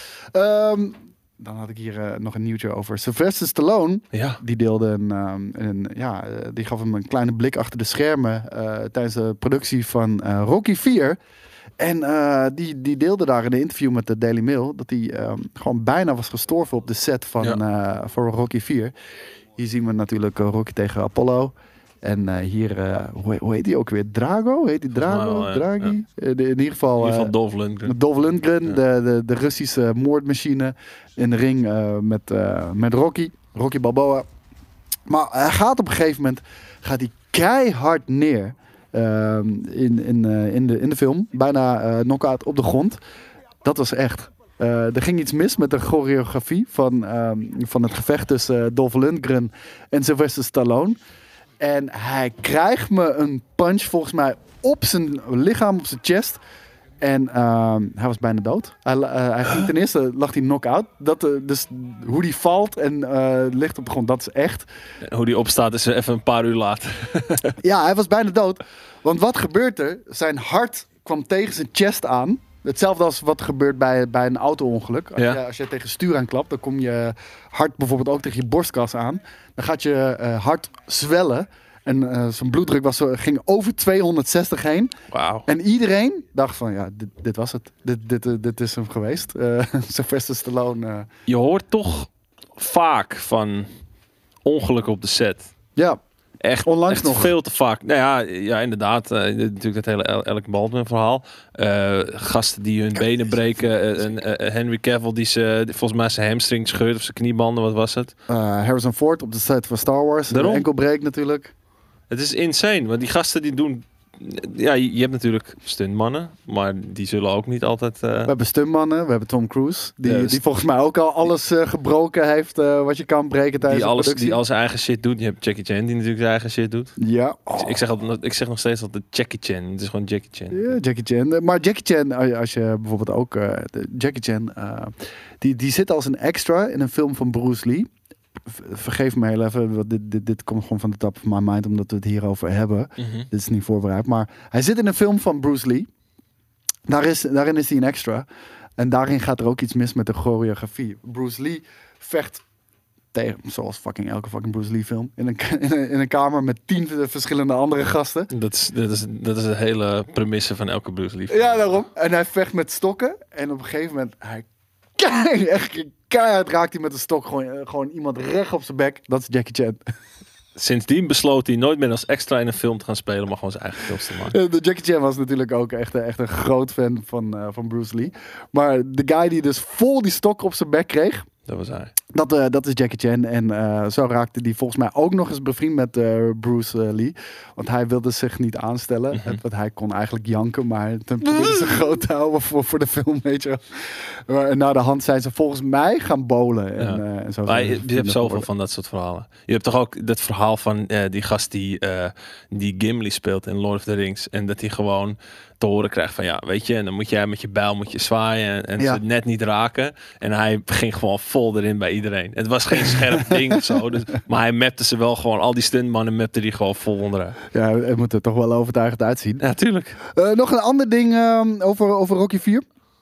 Um, dan had ik hier uh, nog een nieuwtje over Sylvester Stallone. Ja. Die deelde een, um, een ja, uh, die gaf hem een kleine blik achter de schermen uh, tijdens de productie van uh, Rocky vier. En uh, die, die deelde daar in een interview met de Daily Mail dat hij um, gewoon bijna was gestorven op de set van, Ja. uh, voor Rocky vier. Hier zien we natuurlijk uh, Rocky tegen Apollo. En uh, hier, uh, hoe, hoe heet hij ook weer? Drago? Heet hij Drago? Volgens mij wel, ja. Draghi? Uh, de- in ieder geval... In ieder uh, geval Dolph Lundgren. Dolph Lundgren, Ja. de, de, de Russische moordmachine in de ring uh, met, uh, met Rocky. Rocky Balboa. Maar hij gaat op een gegeven moment gaat hij keihard neer uh, in, in, uh, in, de, in de film. Bijna uh, knock-out op de grond. Dat was echt. Uh, er ging iets mis met de choreografie van, um, van het gevecht tussen uh, Dolph Lundgren en Sylvester Stallone. En hij krijgt me een punch volgens mij op zijn lichaam, op zijn chest. En uh, hij was bijna dood. Hij, uh, hij ging ten eerste lag hij knock-out. Dat, uh, dus hoe die valt en uh, ligt op de grond, dat is echt. En hoe die opstaat is even een paar uur later. Ja, hij was bijna dood. Want wat gebeurt er? Zijn hart kwam tegen zijn chest aan. Hetzelfde als wat er gebeurt bij, bij een auto-ongeluk. Als, Ja. je, als je tegen stuur aanklapt, dan kom je hart bijvoorbeeld ook tegen je borstkas aan. Dan gaat je uh, hart zwellen. En uh, zijn bloeddruk was, zo- ging over tweehonderdzestig heen. Wauw. En iedereen dacht van, ja, dit, dit was het. Dit, dit, uh, dit is hem geweest. Uh, Sylvester Stallone. uh, Je hoort toch vaak van ongelukken op de set. ja, Echt, Onlangs echt nog. veel te vaak. Nou ja, ja inderdaad. Uh, natuurlijk het hele El- Alec Baldwin verhaal. Uh, gasten die hun benen breken. Uh, een, uh, Henry Cavill die ze, die volgens mij zijn hamstring scheurt of zijn kniebanden. Wat was het? uh, Harrison Ford op de set van Star Wars. Daarom. Een enkelbreek natuurlijk. Het is insane. Want die gasten die doen... Ja, je, je hebt natuurlijk stuntmannen. Maar die zullen ook niet altijd... Uh, We hebben stuntmannen, we hebben Tom Cruise. Die, Ja, dus- die volgens mij ook al alles uh, gebroken heeft uh, wat je kan breken tijdens die, de alles, productie. die al zijn eigen shit doet. Je hebt Jackie Chan die natuurlijk zijn eigen shit doet. Ja. Ik, zeg altijd, ik zeg nog steeds altijd Jackie Chan. Het is gewoon Jackie Chan. Ja, Jackie Chan. Uh, Maar Jackie Chan, als je- als je bijvoorbeeld ook... uh, de Jackie Chan, uh, die, die zit als een extra in een film van Bruce Lee. V- Vergeef me heel even, want dit, dit, dit komt gewoon van de top of my mind, omdat we het hierover hebben. Mhm. Dit is niet voorbereid, maar hij zit in een film van Bruce Lee. Daar is, daarin is hij een extra. En daarin gaat er ook iets mis met de choreografie. Bruce Lee vecht tegen, zoals fucking elke fucking Bruce Lee film. In een, in een, in een kamer met tien verschillende andere gasten. Dat is, dat is, dat is de hele premisse van elke Bruce Lee film. Ja, daarom. En hij vecht met stokken. En op een gegeven moment, hij keihard, echt keihard raakt hij met een stok gewoon, gewoon iemand recht op zijn bek. Dat is Jackie Chan. Sindsdien besloot hij nooit meer als extra in een film te gaan spelen, maar gewoon zijn eigen films te maken. De Jackie Chan was natuurlijk ook echt, echt een groot fan van, uh, van Bruce Lee. Maar de guy die dus vol die stok op zijn bek kreeg, Dat was hij. Dat, uh, dat is Jackie Chan. En uh, zo raakte hij volgens mij ook nog eens bevriend met uh, Bruce uh, Lee. Want hij wilde zich niet aanstellen. Mm-hmm. Want hij kon eigenlijk janken. Maar toen probeerde ze groot te houden voor, voor de film, weet je wel. Maar na de hand zijn ze volgens mij gaan bowlen. En, Ja. uh, en zo Maar zijn je, ze je hebt zoveel geworden. van dat soort verhalen. Je hebt toch ook dat verhaal van uh, die gast die, uh, die Gimli speelt in Lord of the Rings. En dat hij gewoon te horen krijgt van ja, weet je, en dan moet jij met je bijl moet je zwaaien en, en Ja. ze net niet raken. En hij ging gewoon vol erin bij iedereen. Het was geen scherp ding of zo. Dus, maar hij mapte ze wel gewoon, al die stuntmannen mapte die gewoon vol onderuit. Ja, het moet er toch wel overtuigend uitzien. Ja, tuurlijk. Uh, nog een ander ding um, over, over Rocky vier.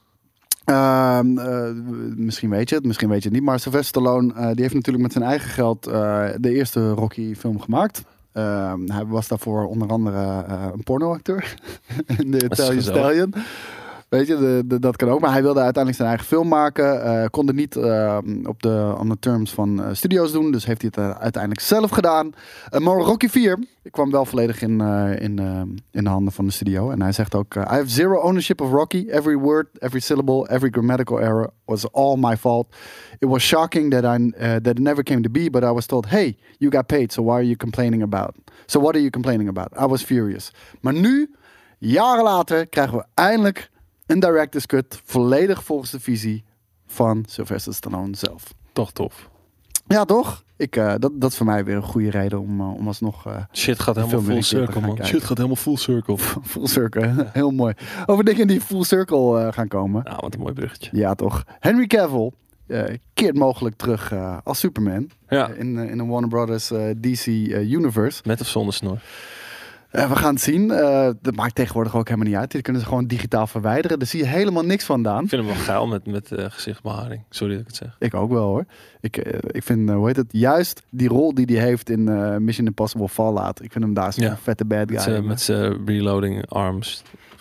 Um, uh, misschien weet je het, misschien weet je het niet. Maar Sylvester Stallone uh, die heeft natuurlijk met zijn eigen geld uh, de eerste Rocky film gemaakt. Uh, hij was daarvoor onder andere uh, een pornoacteur. In de Dat is Italian gezellig. Stallion. Weet je, de, de, dat kan ook. Maar hij wilde uiteindelijk zijn eigen film maken. Uh, kon het niet uh, op de on the terms van uh, studio's doen. Dus heeft hij het uh, uiteindelijk zelf gedaan. Uh, maar Rocky vier kwam wel volledig in, uh, in, uh, in de handen van de studio. En hij zegt ook... Uh, I have zero ownership of Rocky. Every word, every syllable, every grammatical error was all my fault. It was shocking that, I, uh, that it never came to be. But I was told, hey, you got paid. So why are you complaining about? So what are you complaining about? I was furious. Maar nu, jaren later, krijgen we eindelijk... een director's cut, volledig volgens de visie van Sylvester Stallone zelf. Toch tof. Ja, toch? Ik, uh, dat, dat is voor mij weer een goede reden om, uh, om alsnog uh, Shit gaat helemaal film weer full een keer te circle, gaan man. kijken. Shit gaat helemaal full circle. full circle. Heel mooi. Over dingen die full circle uh, gaan komen. Nou, wat een mooi bruggetje. Ja, toch? Henry Cavill uh, keert mogelijk terug uh, als Superman. Ja. Uh, in, uh, in de Warner Brothers uh, D C uh, Universe. Met of zonder snor. Uh, we gaan het zien. Uh, dat maakt tegenwoordig ook helemaal niet uit. Die kunnen ze gewoon digitaal verwijderen. Daar zie je helemaal niks van, Daan. Ik vind hem wel geil met, met uh, gezichtbeharing. Sorry dat ik het zeg. Ik ook wel hoor. Ik, uh, ik vind, uh, hoe heet het, juist die rol die hij heeft in uh, Mission Impossible Fallout. Ik vind hem daar zo'n Ja. vette bad guy. Met z'n- in. Met zijn reloading arms.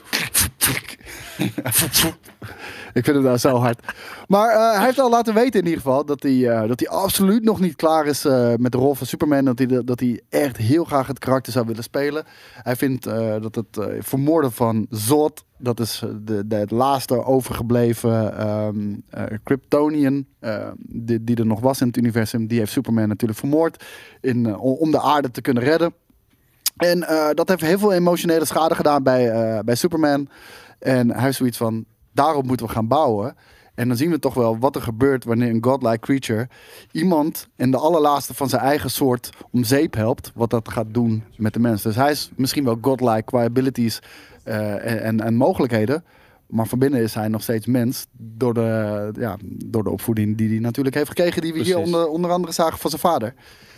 Ik vind hem daar zo hard. Maar uh, hij heeft al laten weten in ieder geval dat hij, uh, dat hij absoluut nog niet klaar is uh, met de rol van Superman. Dat hij, de, dat hij echt heel graag het karakter zou willen spelen. Hij vindt uh, dat het uh, vermoorden van Zod, dat is de, de, het laatste overgebleven um, uh, Kryptonian uh, die, die er nog was in het universum. Die heeft Superman natuurlijk vermoord in, uh, om de aarde te kunnen redden. En uh, dat heeft heel veel emotionele schade gedaan bij, uh, bij Superman. En hij heeft zoiets van, daarop moeten we gaan bouwen. En dan zien we toch wel wat er gebeurt wanneer een godlike creature iemand in de allerlaatste van zijn eigen soort om zeep helpt. Wat dat gaat doen met de mens. Dus hij is misschien wel godlike qua abilities uh, en, en mogelijkheden. Maar van binnen is hij nog steeds mens. Door de, ja, door de opvoeding die hij natuurlijk heeft gekregen. Die we Precies. hier onder, onder andere zagen van zijn vader.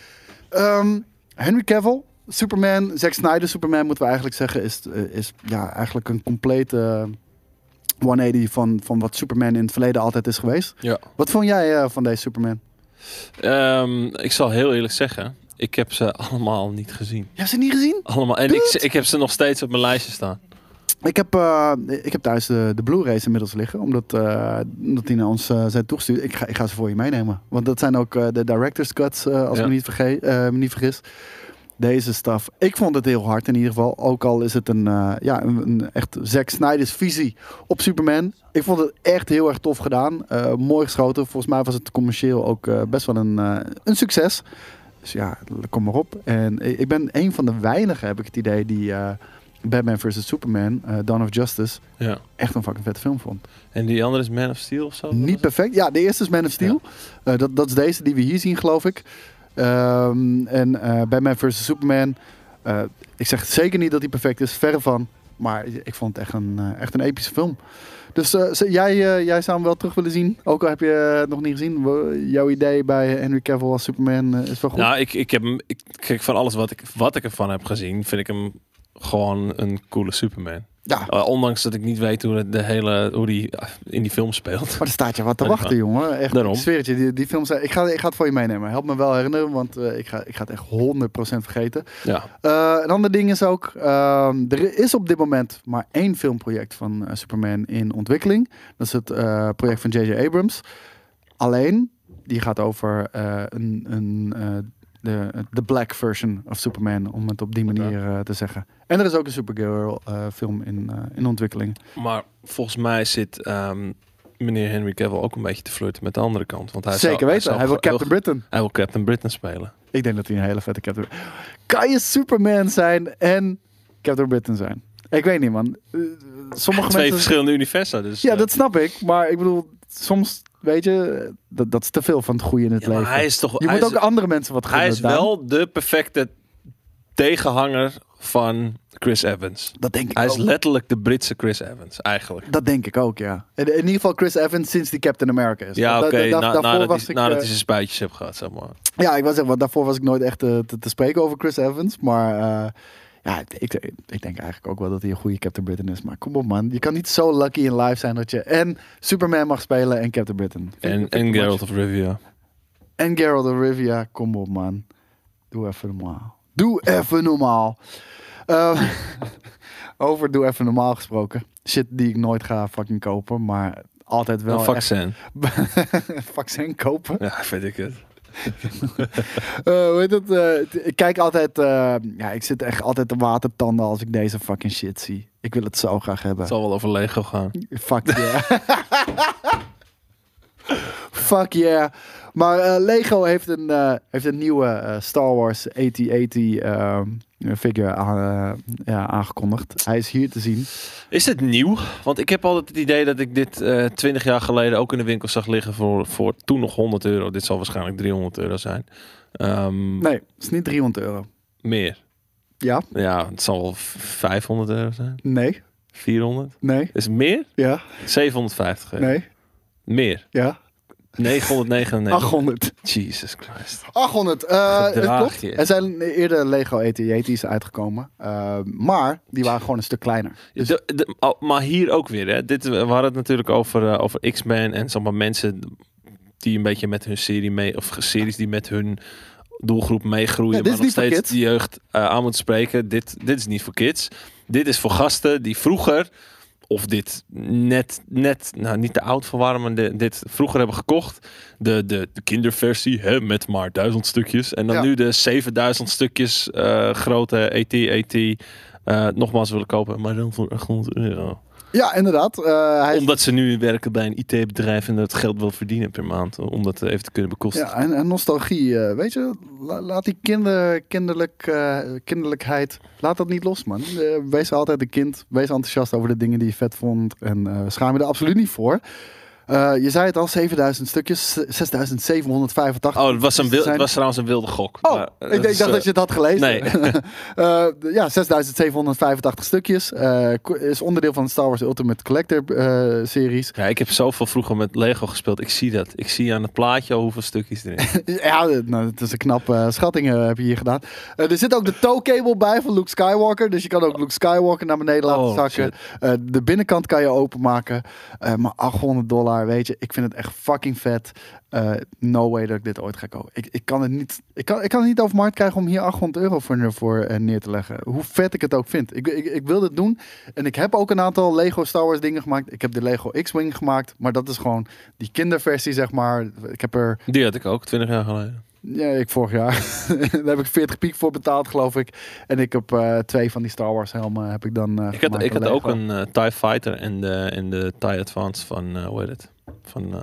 Um, Henry Cavill, Superman, Zack Snyder Superman moeten we eigenlijk zeggen. Is, is ja, eigenlijk een complete honderdtachtig van, van wat Superman in het verleden altijd is geweest. Ja. Wat vond jij uh, van deze Superman? Um, ik zal heel eerlijk zeggen, ik heb ze allemaal niet gezien. Je hebt ze niet gezien? Allemaal. En ik, ik heb ze nog steeds op mijn lijstje staan. Ik heb, uh, ik heb thuis de, de Blu-rays inmiddels liggen. Omdat, uh, omdat die naar ons uh, zijn toegestuurd. Ik ga, ik ga ze voor je meenemen. Want dat zijn ook uh, de director's cuts, uh, als Ja. ik me niet, verge- uh, me niet vergis. Deze stuff. Ik vond het heel hard in ieder geval. Ook al is het een, uh, ja, een, een echt Zack Snyder's visie op Superman. Ik vond het echt heel erg tof gedaan. Uh, mooi geschoten. Volgens mij was het commercieel ook uh, best wel een, uh, een succes. Dus ja, kom maar op. En ik ben een van de weinigen, heb ik het idee, die uh, Batman versus. Superman, uh, Dawn of Justice, Ja. echt een fucking vette film vond. En die andere is Man of Steel of zo? Niet perfect. Ja, de eerste is Man of Steel. Uh, dat, dat is deze die we hier zien, geloof ik. Um, en uh, Batman versus. Superman. Uh, ik zeg zeker niet dat hij perfect is, verre van. Maar ik vond het echt een, uh, echt een epische film. Dus uh, z- jij, uh, jij zou hem wel terug willen zien. Ook al heb je het nog niet gezien. Wo- Jouw idee bij Henry Cavill als Superman uh, is wel goed. Nou, ik, ik heb hem. Ik, kijk, van alles wat ik, wat ik ervan heb gezien, vind ik hem gewoon een coole Superman. Ja. Uh, ondanks dat ik niet weet hoe, het de hele, hoe die uh, in die film speelt. Maar er staat je wat te Ja. wachten, jongen. Echt, Daarom. ik zweer het je, die, die films... Ik ga, ik ga het voor je meenemen. Help me wel herinneren, want uh, ik, ga, ik ga het echt honderd procent vergeten. Ja. Uh, een ander ding is ook... Uh, er is op dit moment maar één filmproject van uh, Superman in ontwikkeling. Dat is het uh, project van J J Abrams. Alleen, die gaat over uh, een... een uh, de, de black version of Superman, om het op die manier uh, te zeggen. En er is ook een Supergirl uh, film in, uh, in ontwikkeling. Maar volgens mij zit um, meneer Henry Cavill ook een beetje te flirten met de andere kant. Want hij Zeker zou, weten, hij, zou wil heel- Captain Britain. Hij wil Captain Britain spelen. Ik denk dat hij een hele vette Captain... Kan je Superman zijn en Captain Britain zijn? Ik weet niet, man. Uh, sommige Twee mensen... verschillende universa. Dus, Ja, uh, dat snap ik. Maar ik bedoel, soms, weet je, dat, dat is te veel van het goede in het ja, maar leven. hij is toch. Je hij moet is, ook andere mensen wat gunnen. hij is Daan. wel de perfecte tegenhanger van Chris Evans. Dat denk ik Hij is ook. letterlijk de Britse Chris Evans, eigenlijk. Dat denk ik ook, ja. In, in ieder geval Chris Evans sinds die Captain America is. Ja, Want oké. da- da- na- daarvoor nadat was hij ik, nadat eh, hij zijn spuitjes heeft gehad, zeg maar. Ja, ik was zeggen, want daarvoor was ik nooit echt te, te, te spreken over Chris Evans. Maar uh, ja, ik, ik denk eigenlijk ook wel dat hij een goede Captain Britain is. Maar kom op, man. Je kan niet zo lucky in life zijn dat je en Superman mag spelen en Captain Britain. Vind ik- En, vind ik en too Geralt much. of Rivia. En Geralt of Rivia. Kom op, man. Doe even normaal. Doe even normaal. Uh, over doe even normaal gesproken. Shit die ik nooit ga fucking kopen, maar altijd wel Een echt- vaccin. vaccin kopen. Ja, weet ik het. Uh, hoe heet het? Uh, ik kijk altijd... uh, ja, ik zit echt altijd te watertanden als ik deze fucking shit zie. Ik wil het zo graag hebben. Het zal wel over Lego gaan. Fuck yeah. Fuck yeah. Maar uh, Lego heeft een, uh, heeft een nieuwe uh, Star Wars achttien achttien uh, figure aan, uh, ja, aangekondigd. Hij is hier te zien. Is het nieuw? Want ik heb altijd het idee dat ik dit twintig jaar geleden ook in de winkel zag liggen voor, voor toen nog honderd euro. Dit zal waarschijnlijk driehonderd euro zijn. Um, Nee, het is niet driehonderd euro. Meer. Ja? Ja, het zal wel vijfhonderd euro zijn. Nee. vierhonderd. Nee. Is het meer? Ja. zevenhonderdvijftig euro. Nee. Meer. Ja. negenhonderdnegenennegentig. achthonderd. Jesus Christ. achthonderd. Uh, het Gedraag klopt. je. Er zijn eerder Lego achttien achttie's uitgekomen. Uh, maar die waren gewoon een stuk kleiner. Dus De, de, oh, maar hier ook weer, hè. Dit, we hadden het natuurlijk over, uh, over X-Men en zeg maar mensen die een beetje met hun serie mee, of series die met hun doelgroep meegroeien, Ja, dit maar is nog niet voor steeds kids. de jeugd uh, aan moeten spreken. Dit, dit is niet voor kids. Dit is voor gasten die vroeger, of dit net, net nou niet te oud voor waren, maar de, dit vroeger hebben gekocht. De, de, de kinderversie, hè, met maar duizend stukjes. En dan Ja. nu de zevenduizend stukjes uh, grote achttien achttien uh, nogmaals willen kopen, maar dan voor achthonderd euro. ja, inderdaad. Uh, hij is- Omdat ze nu werken bij een I T-bedrijf en dat geld wil verdienen per maand. Om dat even te kunnen bekostigen. Ja, en, en nostalgie, uh, weet je, la- laat die kinder, kinderlijk, uh, kinderlijkheid, laat dat niet los, man. Uh, wees altijd een kind, wees enthousiast over de dingen die je vet vond en uh, schaam je er absoluut niet voor. Uh, je zei het al, zevenduizend stukjes, zesduizend zevenhonderdvijfentachtig. Oh, het was, een wil, zijn- het was trouwens een wilde gok. Oh, Maar, uh, ik, denk- ik dacht is, dat je het had gelezen. nee. uh, ja, zesduizend zevenhonderdvijfentachtig stukjes. Uh, ko- is onderdeel van de Star Wars Ultimate Collector uh, series. Ja, ik heb zoveel vroeger met Lego gespeeld. Ik zie dat. Ik zie aan het plaatje al hoeveel stukjes erin. Ja, nou, het is een knappe uh, schatting uh, heb je hier gedaan. Uh, er zit ook de tow-cable bij van Luke Skywalker. Dus je kan ook Luke Skywalker naar beneden laten Oh, zakken. Uh, de binnenkant kan je openmaken. Uh, maar achthonderd dollar, weet je. Ik vind het echt fucking vet. Uh, no way dat ik dit ooit ga kopen. Ik, ik, kan het niet, ik, kan, ik kan het niet over markt krijgen om hier achthonderd euro voor, voor uh, neer te leggen. Hoe vet ik het ook vind. Ik, ik, ik wil dit doen. En ik heb ook een aantal Lego Star Wars dingen gemaakt. Ik heb de Lego X-Wing gemaakt. Maar dat is gewoon die kinderversie, zeg maar. Ik heb er... Die had ik ook, twintig jaar geleden. Ja, ik vorig jaar. Daar heb ik veertig piek voor betaald, geloof ik. En ik heb uh, twee van die Star Wars helmen heb ik dan uh, Ik had, gemaakt ik van had ook Lego. een uh, TIE Fighter en de, en de TIE Advance van, uh, hoe heet het? Van, uh,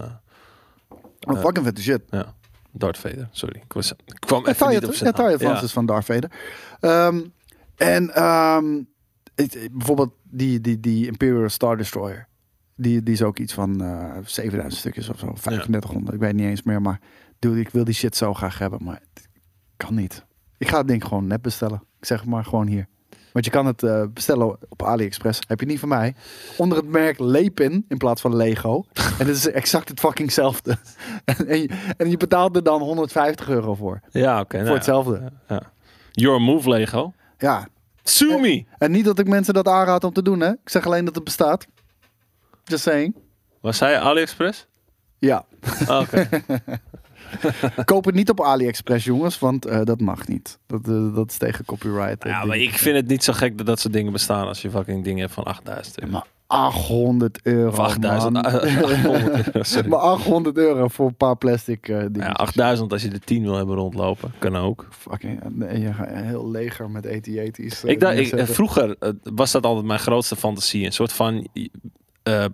Oh, fucking vette shit. ja, Darth Vader. Sorry, ik, was, ik kwam Ja, even TIE niet op zijn ja, TIE naam. Advance Ja. is van Darth Vader. Um, en um, het, bijvoorbeeld die, die, die Imperial Star Destroyer. Die, die is ook iets van uh, zevenduizend stukjes of zo. vijfendertighonderd, ik weet niet eens meer. Maar dude, ik wil die shit zo graag hebben. Maar het kan niet. Ik ga het ding gewoon net bestellen. Ik zeg het maar gewoon hier. Want je kan het uh, bestellen op AliExpress. Heb je niet van mij. Onder het merk Lepin in plaats van Lego. En het is exact het fuckingzelfde. en, en, je, en je betaalt er dan honderdvijftig euro voor. Ja, oké. Voor nou, hetzelfde. ja. Your Move Lego. Ja, Sue me! En niet dat ik mensen dat aanraad om te doen, hè. Ik zeg alleen dat het bestaat. Just saying. Was hij AliExpress? Ja. Oh, oké. Koop het niet op AliExpress, jongens, want uh, dat mag niet. Dat, uh, dat is tegen copyright. Ja, uh, maar ik vind het niet zo gek dat dat soort dingen bestaan als je fucking dingen hebt van achtduizend euro. Maar achthonderd euro, Of achtduizend. man. achthonderd euro, sorry. Maar achthonderd euro voor een paar plastic uh, dingen. Ja, achtduizend als je de tien wil hebben rondlopen. Kan ook. Fucking, nee, je gaat een heel leger met A T A's. Ik dacht, ik, vroeger uh, was dat altijd mijn grootste fantasie. Een soort van uh,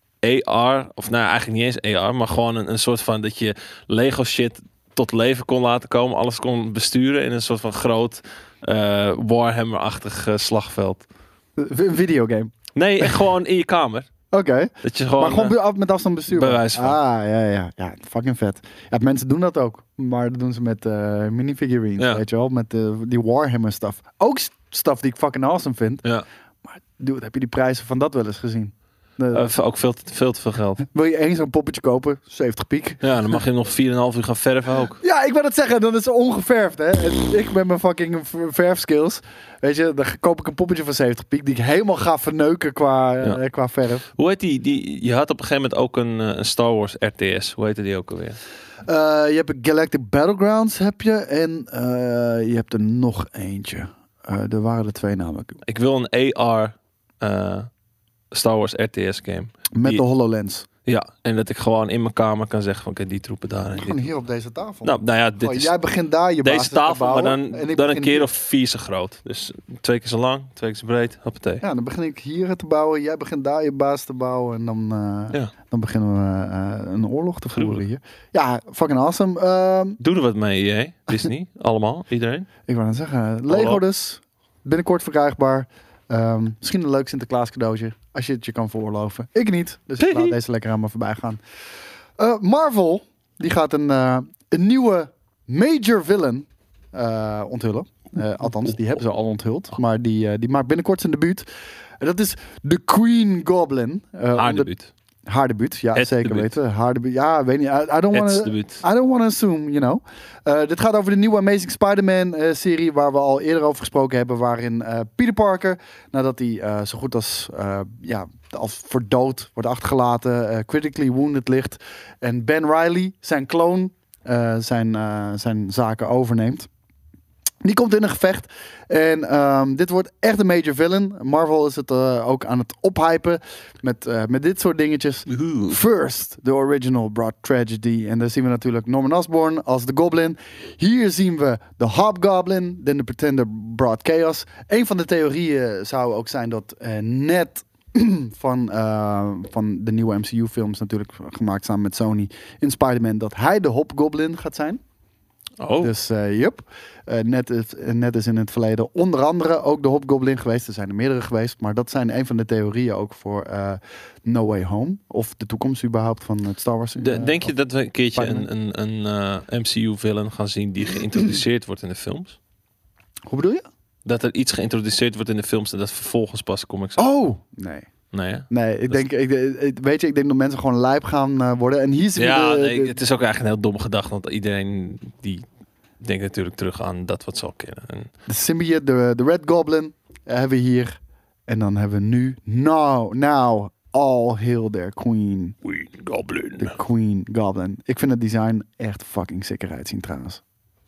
A R, of nou eigenlijk niet eens A R, maar gewoon een, een soort van dat je Lego shit tot leven kon laten komen. Alles kon besturen in een soort van groot uh, Warhammer-achtig uh, slagveld. Een videogame. Nee, echt gewoon in je kamer. Oké. Okay. Dat je gewoon, maar gewoon uh, af, met afstand bestuurbaar. Bij wijze van. Ah, ja, ja. Ja, fucking vet. Ja, mensen doen dat ook. Maar dat doen ze met uh, minifigurines, ja. weet je wel. Met uh, die Warhammer stuff. Ook stuff die ik fucking awesome vind. Ja. Maar dude, heb je die prijzen van dat wel eens gezien? De, uh, ook veel te, veel te veel geld. Wil je één zo'n poppetje kopen? zeventig piek. Ja, dan mag je nog vier komma vijf uur gaan verven ook. Ja, ik wil het zeggen. Dan is het ongeverfd, hè. En ik met mijn fucking verfskills. Weet je, dan koop ik een poppetje van zeventig piek. Die ik helemaal ga verneuken qua, ja. uh, qua verf. Hoe heet die, die? Je had op een gegeven moment ook een, een Star Wars R T S. Hoe heette die ook alweer? Uh, je hebt een Galactic Battlegrounds heb je. En uh, je hebt er nog eentje. Uh, er waren er twee namelijk. Ik wil een A R... Uh, Star Wars R T S game. Met die, de HoloLens. Ja, en dat ik gewoon in mijn kamer kan zeggen van oké, die troepen daar. En gewoon dit. hier op deze tafel. Nou, nou ja, dit oh, is jij begint daar je deze basis tafel, te bouwen, maar dan, en ik dan een begin keer hier. of vier zo groot. Dus twee keer zo lang, twee keer zo breed. Hoppatee. Ja, dan begin ik hier te bouwen. Jij begint daar je baas te bouwen. En dan, uh, ja. dan beginnen we uh, een oorlog te voeren Gruwelijk. hier. Ja, fucking awesome. Uh, Doe er wat mee, E A, Disney. Allemaal, iedereen. Ik wou net zeggen, Lego Hallo. dus. Binnenkort verkrijgbaar. Um, misschien een leuk Sinterklaas cadeautje. Als je het je kan veroorloven. Ik niet. Dus ik laat deze lekker aan me voorbij gaan. Uh, Marvel. Die gaat een, uh, een nieuwe major villain uh, onthullen. Uh, althans, die hebben ze al onthuld. Maar die, uh, die maakt binnenkort zijn debuut. En dat is de Queen Goblin. Uh, Haar onder... debuut. Haar debuut, ja, Het zeker debuut. weten. Haar debuut, ja, weet niet. I, I don't Het wanna, debuut. I don't want to assume, you know. Uh, dit gaat over de nieuwe Amazing Spider-Man uh, serie, waar we al eerder over gesproken hebben, waarin uh, Peter Parker, nadat hij uh, zo goed als, uh, ja, als voor dood wordt achtergelaten, uh, critically wounded ligt, en Ben Reilly, zijn kloon, uh, zijn, uh, zijn zaken overneemt. Die komt in een gevecht. En um, dit wordt echt een major villain. Marvel is het uh, ook aan het ophypen met, uh, met dit soort dingetjes. Oeh. First, the original brought tragedy. En daar zien we natuurlijk Norman Osborn als de Goblin. Hier zien we de Hobgoblin. Then the Pretender brought chaos. Een van de theorieën zou ook zijn dat uh, net van, uh, van de nieuwe M C U-films natuurlijk gemaakt samen met Sony in Spider-Man, dat hij de Hobgoblin gaat zijn. Oh. Dus uh, yep. Uh, net, is, net is in het verleden onder andere ook de Hobgoblin geweest. Er zijn er meerdere geweest. Maar dat zijn een van de theorieën ook voor uh, No Way Home. Of de toekomst überhaupt van het Star Wars. Uh, De, denk je dat we een keertje Spider-Man? een, een, een uh, M C U-villain gaan zien die geïntroduceerd wordt in de films? Hoe bedoel je? Dat er iets geïntroduceerd wordt in de films en dat vervolgens pas comics. Oh! Nee. Nee, hè? Nee, ik Dat denk, ik, ik, weet je, ik denk dat mensen gewoon lijp gaan uh, worden. En hier zien Ja, we de, nee, de- het is ook eigenlijk een heel domme gedachte, want iedereen die denkt natuurlijk terug aan dat wat ze al kennen. En de symbiote, de, de Red Goblin, uh, hebben we hier. En dan hebben we nu, now, now, all hail their queen. Queen Goblin. De Queen Goblin. Ik vind het design echt fucking sick eruit zien trouwens.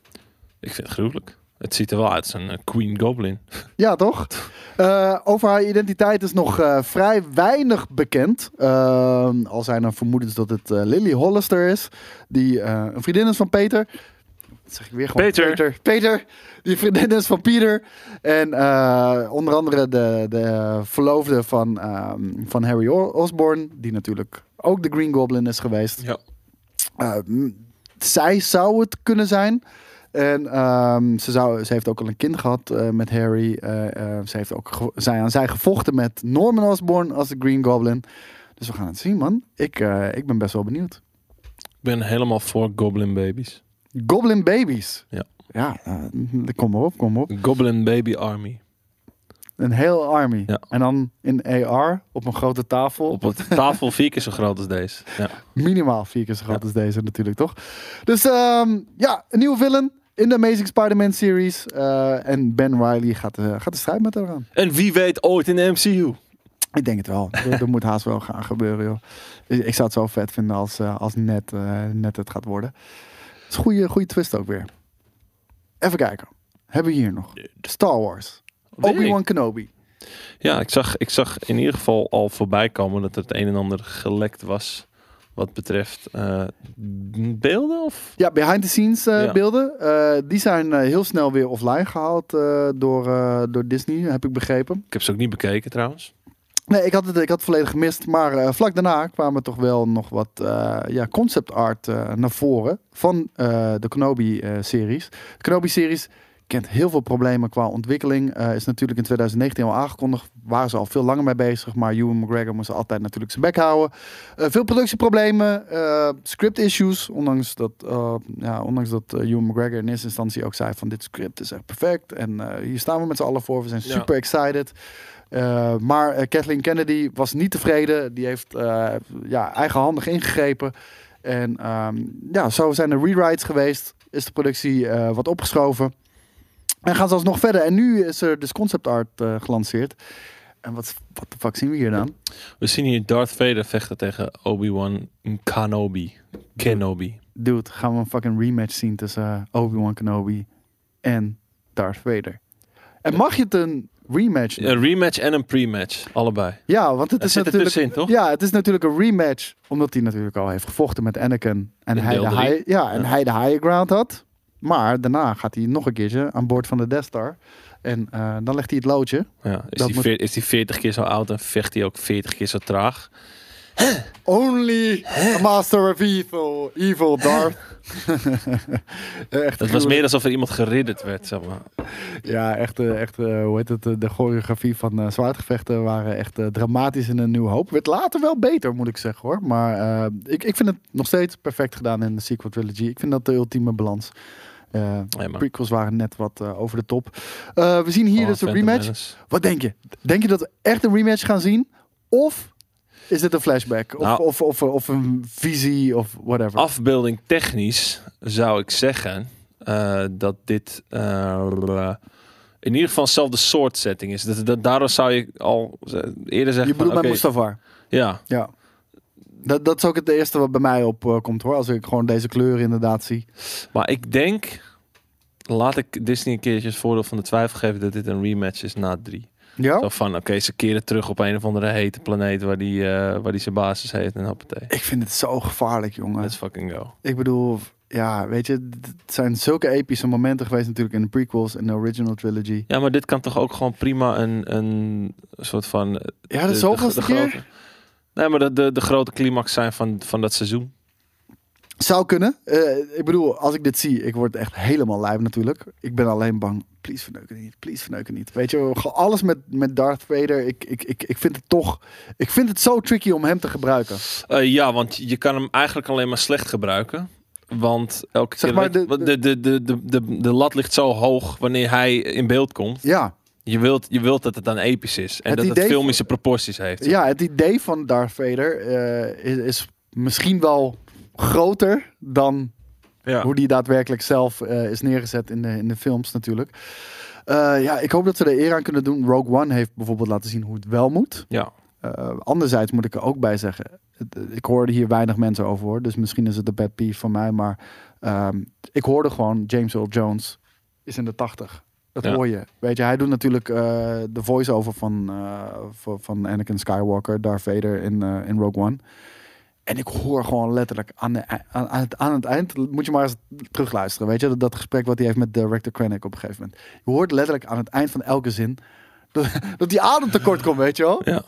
Ik vind het gruwelijk. Het ziet er wel uit als een uh, Queen Goblin. Ja, toch? Uh, over haar identiteit is nog uh, vrij weinig bekend. Uh, al zijn er vermoedens dat het uh, Lily Hollister is. Die uh, een vriendin is van Peter. Dat zeg ik weer gewoon. Peter. Peter. Peter. Die vriendin is van Peter. En uh, onder andere de, de verloofde van, um, van Harry Osborn. Die natuurlijk ook de Green Goblin is geweest. Ja. Uh, m- zij zou het kunnen zijn. En um, ze, zou, ze heeft ook al een kind gehad uh, met Harry. Uh, uh, ze heeft ook ge- zij aan zij gevochten met Norman Osborn als de Green Goblin. Dus we gaan het zien, man. Ik, uh, ik ben best wel benieuwd. Ik ben helemaal voor Goblin Babies. Goblin Babies. Ja. Ja, uh, kom maar op, kom maar op. Goblin Baby Army. Een heel army. Ja. En dan in A R op een grote tafel. Op een tafel vier keer zo groot als deze. Ja. Minimaal vier keer zo groot als deze natuurlijk, toch? Dus um, ja, een nieuwe villain. in de Amazing Spider-Man series. Uh, en Ben Reilly gaat, uh, gaat de strijd met haar aan. En wie weet ooit in de M C U. Ik denk het wel. Dat, dat moet haast wel gaan gebeuren, joh. Ik, ik zou het zo vet vinden als, uh, als net, uh, net het gaat worden. Het is een goede, goede twist ook weer. Even kijken. Hebben we hier nog? Star Wars. Obi-Wan Kenobi. Ja, ik zag, ik zag in ieder geval al voorbij komen dat er het een en ander gelekt was. Wat betreft uh, beelden? Of? Ja, behind the scenes uh, Ja. beelden. Uh, die zijn uh, heel snel weer offline gehaald uh, door, uh, door Disney, heb ik begrepen. Ik heb ze ook niet bekeken trouwens. Nee, ik had het, ik had het volledig gemist. Maar uh, vlak daarna kwamen toch wel nog wat uh, ja, concept art uh, naar voren van uh, de Kenobi-series. de Kenobi-series kent heel veel problemen qua ontwikkeling. Uh, is natuurlijk in twintig negentien al aangekondigd. Waren ze al veel langer mee bezig. Maar Ewan McGregor moest altijd natuurlijk zijn bek houden. Uh, veel productieproblemen. Uh, script issues. Ondanks dat, uh, ja, ondanks dat uh, Ewan McGregor in eerste instantie ook zei van dit script is echt perfect. En uh, hier staan we met z'n allen voor. We zijn Ja. super excited. Uh, maar uh, Kathleen Kennedy was niet tevreden. Die heeft uh, ja, eigenhandig ingegrepen. En um, ja, zo zijn er rewrites geweest. Is de productie uh, wat opgeschoven. En gaan ze alsnog verder. En nu is er dus concept art uh, gelanceerd. En wat wat de fuck zien we hier dan? We zien hier Darth Vader vechten tegen Obi-Wan Kenobi. Kenobi. Dude, gaan we een fucking rematch zien tussen uh, Obi-Wan Kenobi en Darth Vader. En mag je het een rematch noemen? Een rematch en een pre-match. Allebei. Ja, want het Er is zit er natuurlijk... tussenin, toch? Ja, het is natuurlijk een rematch. Omdat hij natuurlijk al heeft gevochten met Anakin. En, In hij deel de, drie. high, ja, en Ja. hij de high ground had. Maar daarna gaat hij nog een keertje aan boord van de Death Star. En uh, dan legt hij het loodje. Ja. Is, Dat die moet- veer- is die veertig keer zo oud en vecht hij ook veertig keer zo traag? Only a master of evil. Evil Darth. echt Het was meer alsof er iemand geridderd werd, zeg maar. Ja, echt, eh, echt eh, hoe heet het? eh, De choreografie van uh, zwaardgevechten waren echt uh, dramatisch in Een Nieuwe Hoop. Werd later wel beter, moet ik zeggen hoor. Maar uh, ik, ik vind het nog steeds perfect gedaan in de sequel trilogy. Ik vind dat de ultieme balans. Uh, Nee, man. prequels waren net wat uh, over de top. Uh, we zien hier Oh, dus een Phantom rematch. Menace. Wat denk je? Denk je dat we echt een rematch gaan zien? Of is dit een flashback? Of, Nou. of, of, of een visie of whatever? Afbeelding technisch zou ik zeggen uh, dat dit uh, in ieder geval hetzelfde soort setting is. Dat, dat, daardoor zou je al eerder zeggen je van, bedoelt met oké, Mustafar? ja, Ja. Dat, dat is ook het eerste wat bij mij opkomt komt hoor. Als ik gewoon deze kleuren inderdaad zie. maar ik denk, laat ik Disney een keertje het voordeel van de twijfel geven dat dit een rematch is na drie. Ja? Zo van, oké, ze keren terug op een of andere hete planeet waar die, uh, waar die zijn basis heeft en hoppatee. Ik vind het zo gevaarlijk, jongen. Let's fucking go. Ik bedoel, ja, weet je, het zijn zulke epische momenten geweest natuurlijk in de prequels en de original trilogy. Ja, maar dit kan toch ook gewoon prima een, een soort van... uh, Ja, de zoveelste keer? grote, nee, maar de, de, de grote climax zijn van, van dat seizoen. Zou kunnen. Uh, ik bedoel, als ik dit zie, ik word echt helemaal lijp natuurlijk. Ik ben alleen bang. Please verneuken niet. Please verneuken niet. Weet je, gewoon alles met, met Darth Vader. Ik, ik, ik, ik vind het toch... Ik vind het zo tricky om hem te gebruiken. Uh, ja, want je kan hem eigenlijk alleen maar slecht gebruiken. Want elke Zeg keer... maar, weet- de- want de, de, de, de, de, de lat ligt zo hoog wanneer hij in beeld komt. Ja. Je wilt, je wilt dat het dan episch is. En Het dat het idee filmische proporties heeft. Ja, het idee van Darth Vader uh, is, is misschien wel groter dan Ja. hoe die daadwerkelijk zelf uh, is neergezet in de, in de films natuurlijk. Uh, ja, ik hoop dat ze er eer aan kunnen doen. Rogue One heeft bijvoorbeeld laten zien hoe het wel moet. Ja. Uh, anderzijds moet ik er ook bij zeggen, het, ik hoorde hier weinig mensen over hoor, dus misschien is het een pet peeve van mij, maar um, ik hoorde gewoon James Earl Jones is in de tachtig. Dat Ja. hoor je. Weet je, hij doet natuurlijk uh, de voice-over van, uh, van, van Anakin Skywalker, Darth Vader in, uh, in Rogue One. En ik hoor gewoon letterlijk aan, de, aan, aan, het, aan het eind, moet je maar eens terugluisteren, weet je, dat, dat gesprek wat hij heeft met director Krennic op een gegeven moment. Je hoort letterlijk aan het eind van elke zin dat, dat die adem tekort komt, weet je wel. Ja.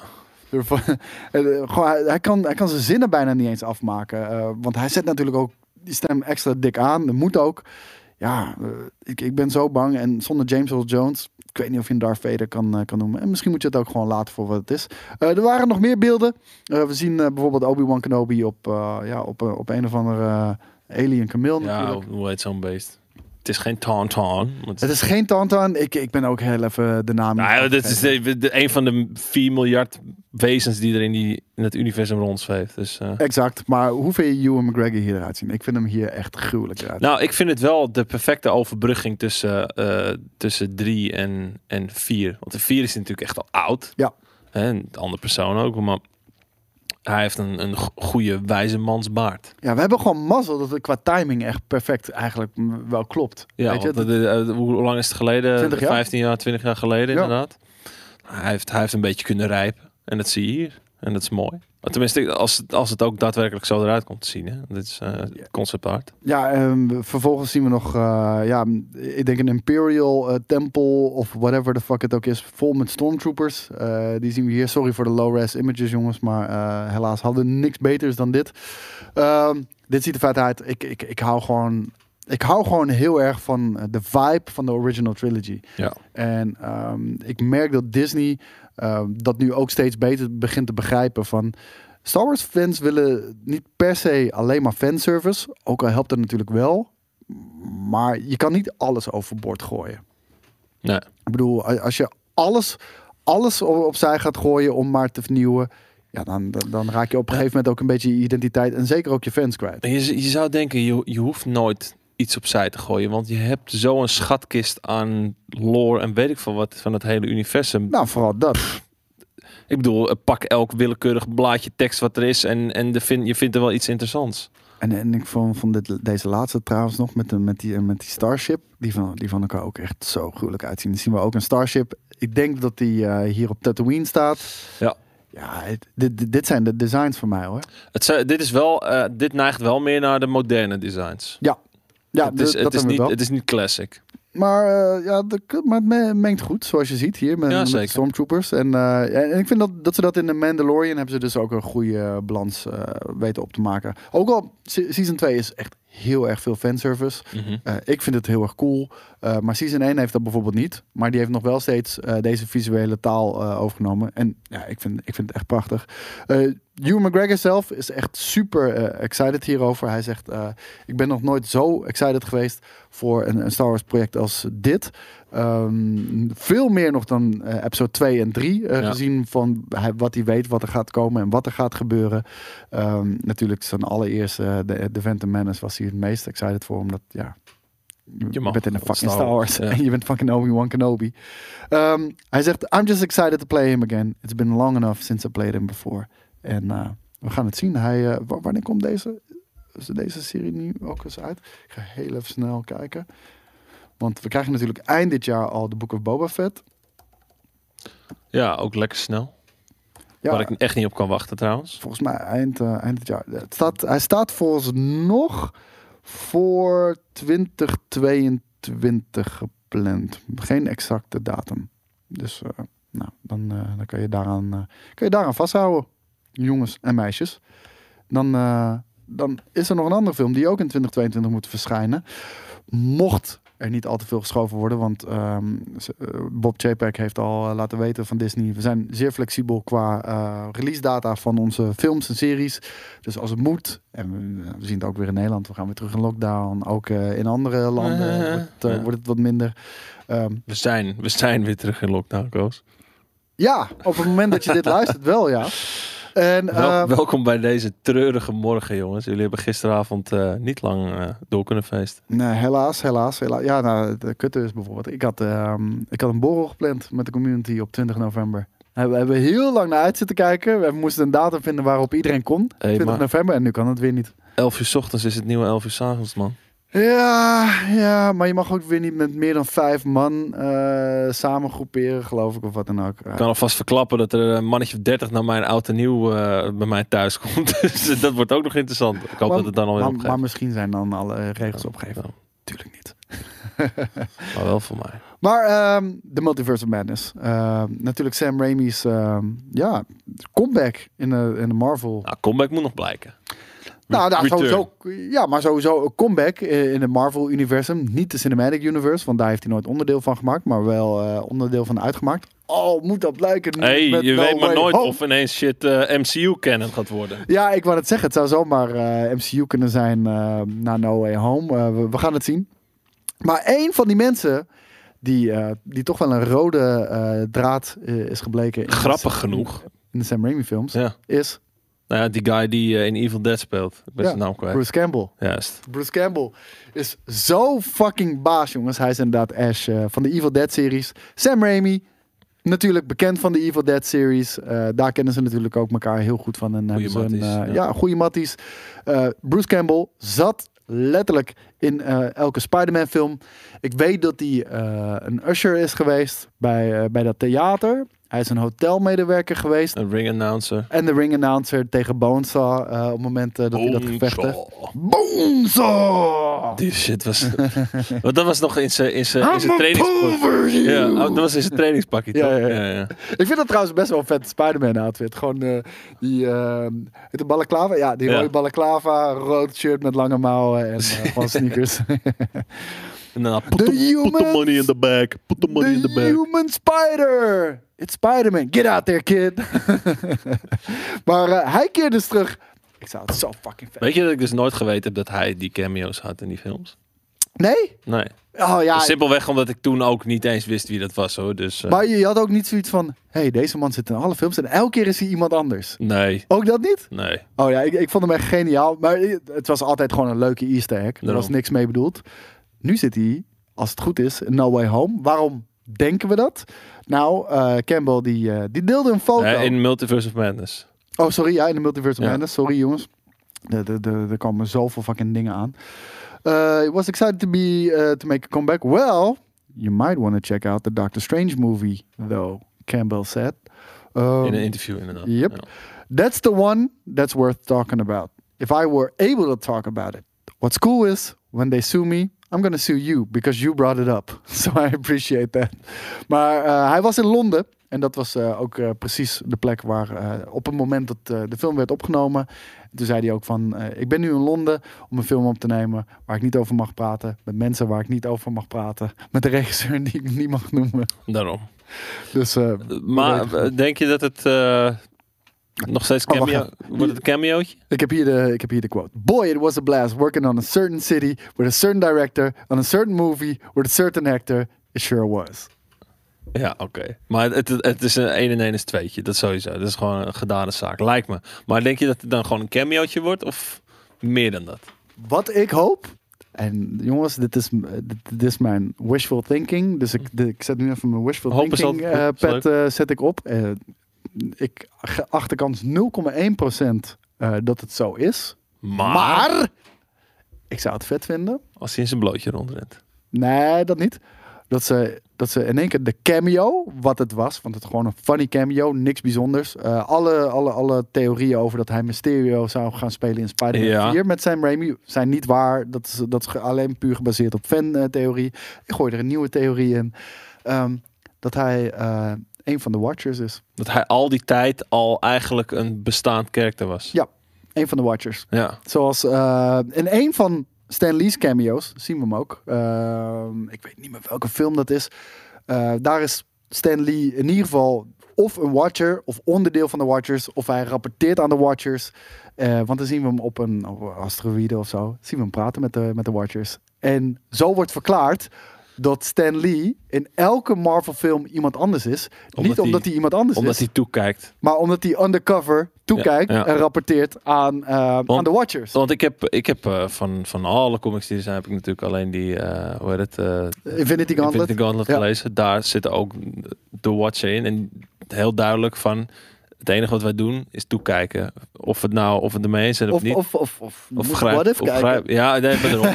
Gewoon, hij, hij, kan, hij kan zijn zinnen bijna niet eens afmaken. Uh, want hij zet natuurlijk ook die stem extra dik aan. Dat moet ook. Ja, uh, ik, ik ben zo bang. En zonder James Earl Jones, ik weet niet of je een Darth Vader kan, uh, kan noemen. En misschien moet je het ook gewoon laten voor wat het is. Uh, er waren nog meer beelden. Uh, we zien uh, bijvoorbeeld Obi-Wan Kenobi op, uh, ja, op, uh, op een of andere uh, alien kameel Ja, natuurlijk. hoe heet zo'n beest? Het is geen Tauntaun. want- Het is geen Tauntaun. Ik, ik ben ook heel even de naam. Nou ja, niet dit is de, de- een van de vier miljard wezens die er in, die, in het universum rondzweeft. Dus, eh. Exact. Maar hoe vind je Ewan McGregor hier eruit zien? Ik vind hem hier echt gruwelijk eruit. Nou, ik vind het wel de perfecte overbrugging tussen, eh, tussen drie en, en vier. Want de vier is natuurlijk echt al oud. Ja. Hè, en de andere persoon ook. Maar hij heeft een, een go- goede wijze mans baard. Ja, we hebben gewoon mazzel dat het qua timing echt perfect eigenlijk m- wel klopt. Ja, Weet je? want de- de- de- hoe lang is het geleden? twintig jaar? vijftien jaar, twintig jaar geleden Ja. inderdaad. Hij heeft, hij heeft een beetje kunnen rijpen. En dat zie je hier. En dat is mooi. Maar tenminste, als, het- als het ook daadwerkelijk zo eruit komt te zien. Hè? Dit is uh, concept art. Ja, ehm, vervolgens zien we nog, uh, ja, ik denk een Imperial uh, Temple of whatever the fuck het ook is, vol met stormtroopers. Uh, die zien we hier. Sorry voor de low-res images, jongens, maar uh, helaas hadden niks beters dan dit. Um, dit ziet er vet uit. Ik, ik, ik hou gewoon, ik hou gewoon heel erg van de vibe van de original trilogy. Ja. En um, ik merk dat Disney uh, dat nu ook steeds beter begint te begrijpen van Star Wars fans willen niet per se alleen maar fanservice, ook al helpt het natuurlijk wel, maar je kan niet alles overboord gooien. Nee. Ik bedoel, als je alles, alles opzij gaat gooien om maar te vernieuwen, ja, dan, dan, dan raak je op een gegeven moment ook een beetje je identiteit en zeker ook je fans kwijt. Je, je zou denken, je, je hoeft nooit iets opzij te gooien, want je hebt zo'n schatkist aan lore en weet ik veel wat van het hele universum. Nou, vooral dat. Ik bedoel, pak elk willekeurig blaadje tekst wat er is en, en de vind, je vindt er wel iets interessants. En, en ik vond, vond dit, deze laatste trouwens nog met, de, met, die, met die Starship, die van, die van elkaar ook echt zo gruwelijk uitzien. Dan zien we ook een Starship. Ik denk dat die uh, hier op Tatooine staat. Ja. Ja, het, dit, dit zijn de designs voor mij hoor. Het, zijn- dit, is wel, uh, dit neigt wel meer naar de moderne designs. Ja, ja het, is, dat het, is hebben we niet, wel. het is niet classic. Maar, uh, ja, de, maar het me- mengt goed, zoals je ziet hier met, Ja, met de zeker. Stormtroopers. En, uh, en ik vind dat, dat ze dat in de Mandalorian hebben ze dus ook een goede balans uh, weten op te maken. Ook al, se- season twee is echt heel erg veel fanservice. Mhm. Uh, ik vind het heel erg cool. Uh, maar season één heeft dat bijvoorbeeld niet. Maar die heeft nog wel steeds uh, deze visuele taal uh, overgenomen. En ja, ik vind, ik vind het echt prachtig. Uh, Ewan McGregor zelf is echt super uh, excited hierover. Hij zegt, uh, ik ben nog nooit zo excited geweest voor een, een Star Wars project als dit. Um, veel meer nog dan uh, episode twee en drie. Uh, Ja. Gezien van hij, wat hij weet, wat er gaat komen en wat er gaat gebeuren. Um, natuurlijk zijn allereerste, uh, de, de Phantom Menace was hij het meest excited voor. Omdat, ja, je, Je mag bent in de fucking Star Star Wars. Wars, ja. En je bent fucking Obi-Wan Kenobi. Um, hij zegt, I'm just excited to play him again. It's been long enough since I played him before. En uh, we gaan het zien. Hij, uh, w- wanneer komt deze, deze serie nu ook eens uit? Ik ga heel even snel kijken. Want we krijgen natuurlijk eind dit jaar al de Book of Boba Fett. Ja, ook lekker snel. Ja, Waar ik echt niet op kan wachten trouwens. volgens mij eind, uh, eind dit jaar. Het staat, hij staat volgens nog voor twintig tweeëntwintig gepland. Geen exacte datum. Dus uh, nou, dan, uh, dan kan, je daaraan, uh, kan je daaraan vasthouden, jongens en meisjes. Dan, uh, dan is er nog een andere film die ook in twintig tweeëntwintig moet verschijnen. Mocht er niet al te veel geschoven worden, want um, ze- uh, Bob Chapek heeft al uh, laten weten van Disney, we zijn zeer flexibel qua uh, release data van onze films en series. Dus als het moet, en we, we zien het ook weer in Nederland, we gaan weer terug in lockdown, ook uh, in andere landen Uh, wordt, het, uh, ja. wordt het wat minder. Um, We zijn, we zijn weer terug in lockdown, Koos. ja, op het moment dat je dit luistert wel, ja. En, uh, Wel, welkom bij deze treurige morgen, jongens. Jullie hebben gisteravond uh, niet lang uh, door kunnen feesten. Nee, helaas, helaas, helaas. Ja, nou, de kutte is bijvoorbeeld. Ik had, um, ik had een borrel gepland met de community op twintig november. We hebben heel lang naar uit zitten kijken. We moesten een datum vinden waarop iedereen kon. Hey, twintig maar- november en nu kan het weer niet. elf uur 's ochtends is het nieuwe elf uur 's avonds, man. Ja, ja, maar je mag ook weer niet met meer dan vijf man uh, samen groeperen, geloof ik, of wat dan ook. Ik kan alvast verklappen dat er een mannetje of dertig naar mijn oud en nieuw uh, bij mij thuis komt. Dus dat wordt ook nog interessant. Ik hoop maar, dat het dan alweer maar, opgeeft. maar misschien zijn dan alle regels opgegeven. Ja. Tuurlijk niet. Maar wel voor mij. Maar ehm, de Multiverse of Madness. Ehm, natuurlijk Sam Raimi's ehm, ja, comeback in de, in de Marvel. Nou, comeback moet nog blijken. Nou, nou Return. sowieso, ja, maar sowieso een comeback in in het Marvel-universum. Niet de Cinematic Universe, want daar heeft hij nooit onderdeel van gemaakt. Maar wel eh, onderdeel van uitgemaakt. Oh, moet dat blijken? Hey, met je No weet maar Way nooit Home. of ineens shit uh, M C U-canon gaat worden. Ja, ik wou het zeggen. Het zou zomaar eh, M C U kunnen zijn uh, na No Way Home. Uh, we, we gaan het zien. Maar één van die mensen die, uh, die toch wel een rode uh, draad uh, is gebleken. In Grappig de, genoeg. In de Sam Raimi films. Ja. Is... Nou ja, die guy die uh, in Evil Dead speelt. Ik ben ja, zijn naam kwijt. Bruce Campbell. Juist. Bruce Campbell is zo fucking baas, jongens. Hij is inderdaad Ash uh, van de Evil Dead series. Sam Raimi, natuurlijk bekend van de Evil Dead series. Uh, daar kennen ze natuurlijk ook elkaar heel goed van. En goeie hebben ze een, matties, uh, ja. ja, goede matties. Uh, Bruce Campbell zat letterlijk in uh, elke Spider-Man film. Ik weet dat hij uh, een usher is geweest bij, uh, bij dat theater. Hij is een hotelmedewerker geweest. Een ring announcer. En de ring announcer tegen Bonesaw uh, op het moment uh, dat hij dat gevechtte. Bonesaw! Die shit was... Want dat was nog in zijn in zijn in zijn trainingspakje. Ja, dat was in zijn trainingspakje, toch? Ja, ja, ja. Ja, ja. Ik vind dat trouwens best wel een vet Spider-Man outfit. Gewoon uh, die uh, de balaclava. Ja, die Ja. rode balaclava, rood shirt met lange mouwen en uh, gewoon sneakers. En dan put the, put the human- money in the bag. Put the money in The the bag. human spider! It's Spider-Man. Get out there, kid! maar uh, hij keert dus terug. Ik zou het zo fucking vet. Weet je dat ik dus nooit geweten heb dat hij die cameo's had in die films? Nee? Nee. Oh ja. Simpelweg omdat ik toen ook niet eens wist wie dat was, hoor. Dus, uh, Maar je, je had ook niet zoiets van... Hé, hey, deze man zit in alle films en elke keer is hij iemand anders. nee. Ook dat niet? Nee. Oh ja, ik, ik vond hem echt geniaal. Maar het was altijd gewoon een leuke easter egg. Er Daarom. was niks mee bedoeld. Nu zit hij, als het goed is, in No Way Home. Waarom denken we dat? Nou, uh, Campbell die, uh, die deelde een foto. Nee, in Multiverse of Madness. Oh, sorry. Ja, in de Multiverse of Ja. Madness. Sorry, jongens. Er, er, er, er komen zoveel fucking dingen aan. Uh, it was excited to be uh, to make a comeback. Well, you might want to check out the Doctor Strange movie, though, Campbell said. Um, In een interview, inderdaad. Yep. Ja. That's the one that's worth talking about. If I were able to talk about it. What's cool is, when they sue me, I'm gonna sue you, because you brought it up. So I appreciate that. Maar uh, hij was in Londen. En dat was uh, ook uh, precies de plek waar uh, op het moment dat uh, de film werd opgenomen. Toen zei hij ook van, uh, ik ben nu in Londen om een film op te nemen waar ik niet over mag praten. Met mensen waar ik niet over mag praten. Met de regisseur die ik niet mag noemen. Daarom. Dus, uh, Maar uh, denk je dat het uh, nog steeds Oh, wacht cameo... even. wordt het een cameootje? Ik heb, hier de, ik heb hier de quote. Boy, it was a blast working on a certain city with a certain director on a certain movie with a certain actor. It sure was. Ja, oké. Okay. Maar het, het, het is een één en één is tweetje. Dat sowieso. Dat is gewoon een gedane zaak. Lijkt me. Maar denk je dat het dan gewoon een cameootje wordt? Of meer dan dat? Wat ik hoop... En jongens, dit is, dit, dit is mijn wishful thinking. Dus ik, de, ik zet nu even mijn wishful Hoop is thinking altijd uh, goed. pet uh, zet ik op. Uh, ik acht de kans nul komma één procent uh, dat het zo is. Maar, Maar ik zou het vet vinden. als hij in zijn blootje rondrent. Nee, dat niet. Dat ze, dat ze in één keer de cameo, wat het was, want het is gewoon een funny cameo, niks bijzonders. Uh, alle, alle, alle theorieën over dat hij Mysterio zou gaan spelen in Spider-Man Ja. vier met Sam Raimi zijn niet waar. Dat is, dat is alleen puur gebaseerd op fan-theorie. Ik gooi er een nieuwe theorie in. Um, dat hij uh, een van de Watchers is. Dat hij al die tijd al eigenlijk een bestaand karakter was. Ja, een van de Watchers. Ja. Zoals uh, in een van Stan Lee's cameo's, zien we hem ook. Uh, ik weet niet meer welke film dat is. Uh, daar is Stan Lee in ieder geval of een Watcher of onderdeel van de Watchers. Of hij rapporteert aan de Watchers. Uh, want dan zien we hem op een, op een asteroïde of zo. Zien we hem praten met de, met de Watchers. En zo wordt verklaard dat Stan Lee in elke Marvel film iemand anders is. Omdat niet omdat hij- hij iemand anders Omdat is. hij toekijkt. Maar omdat hij undercover toekijkt Ja, ja. en rapporteert aan, uh, aan de Watchers. Want ik heb, ik heb uh, van, van alle comics die er zijn, heb ik natuurlijk alleen die, uh, hoe heet het? Uh, Infinity Gauntlet. Infinity Gauntlet Ja. gelezen. Daar zitten ook de Watcher in. En heel duidelijk van, het enige wat wij doen is toekijken. Of het nou, of het ermee eens zijn of, Of, niet. of, of, of, je Of moet grijp- What If of kijken. grijp- ja, nee, maar daarom.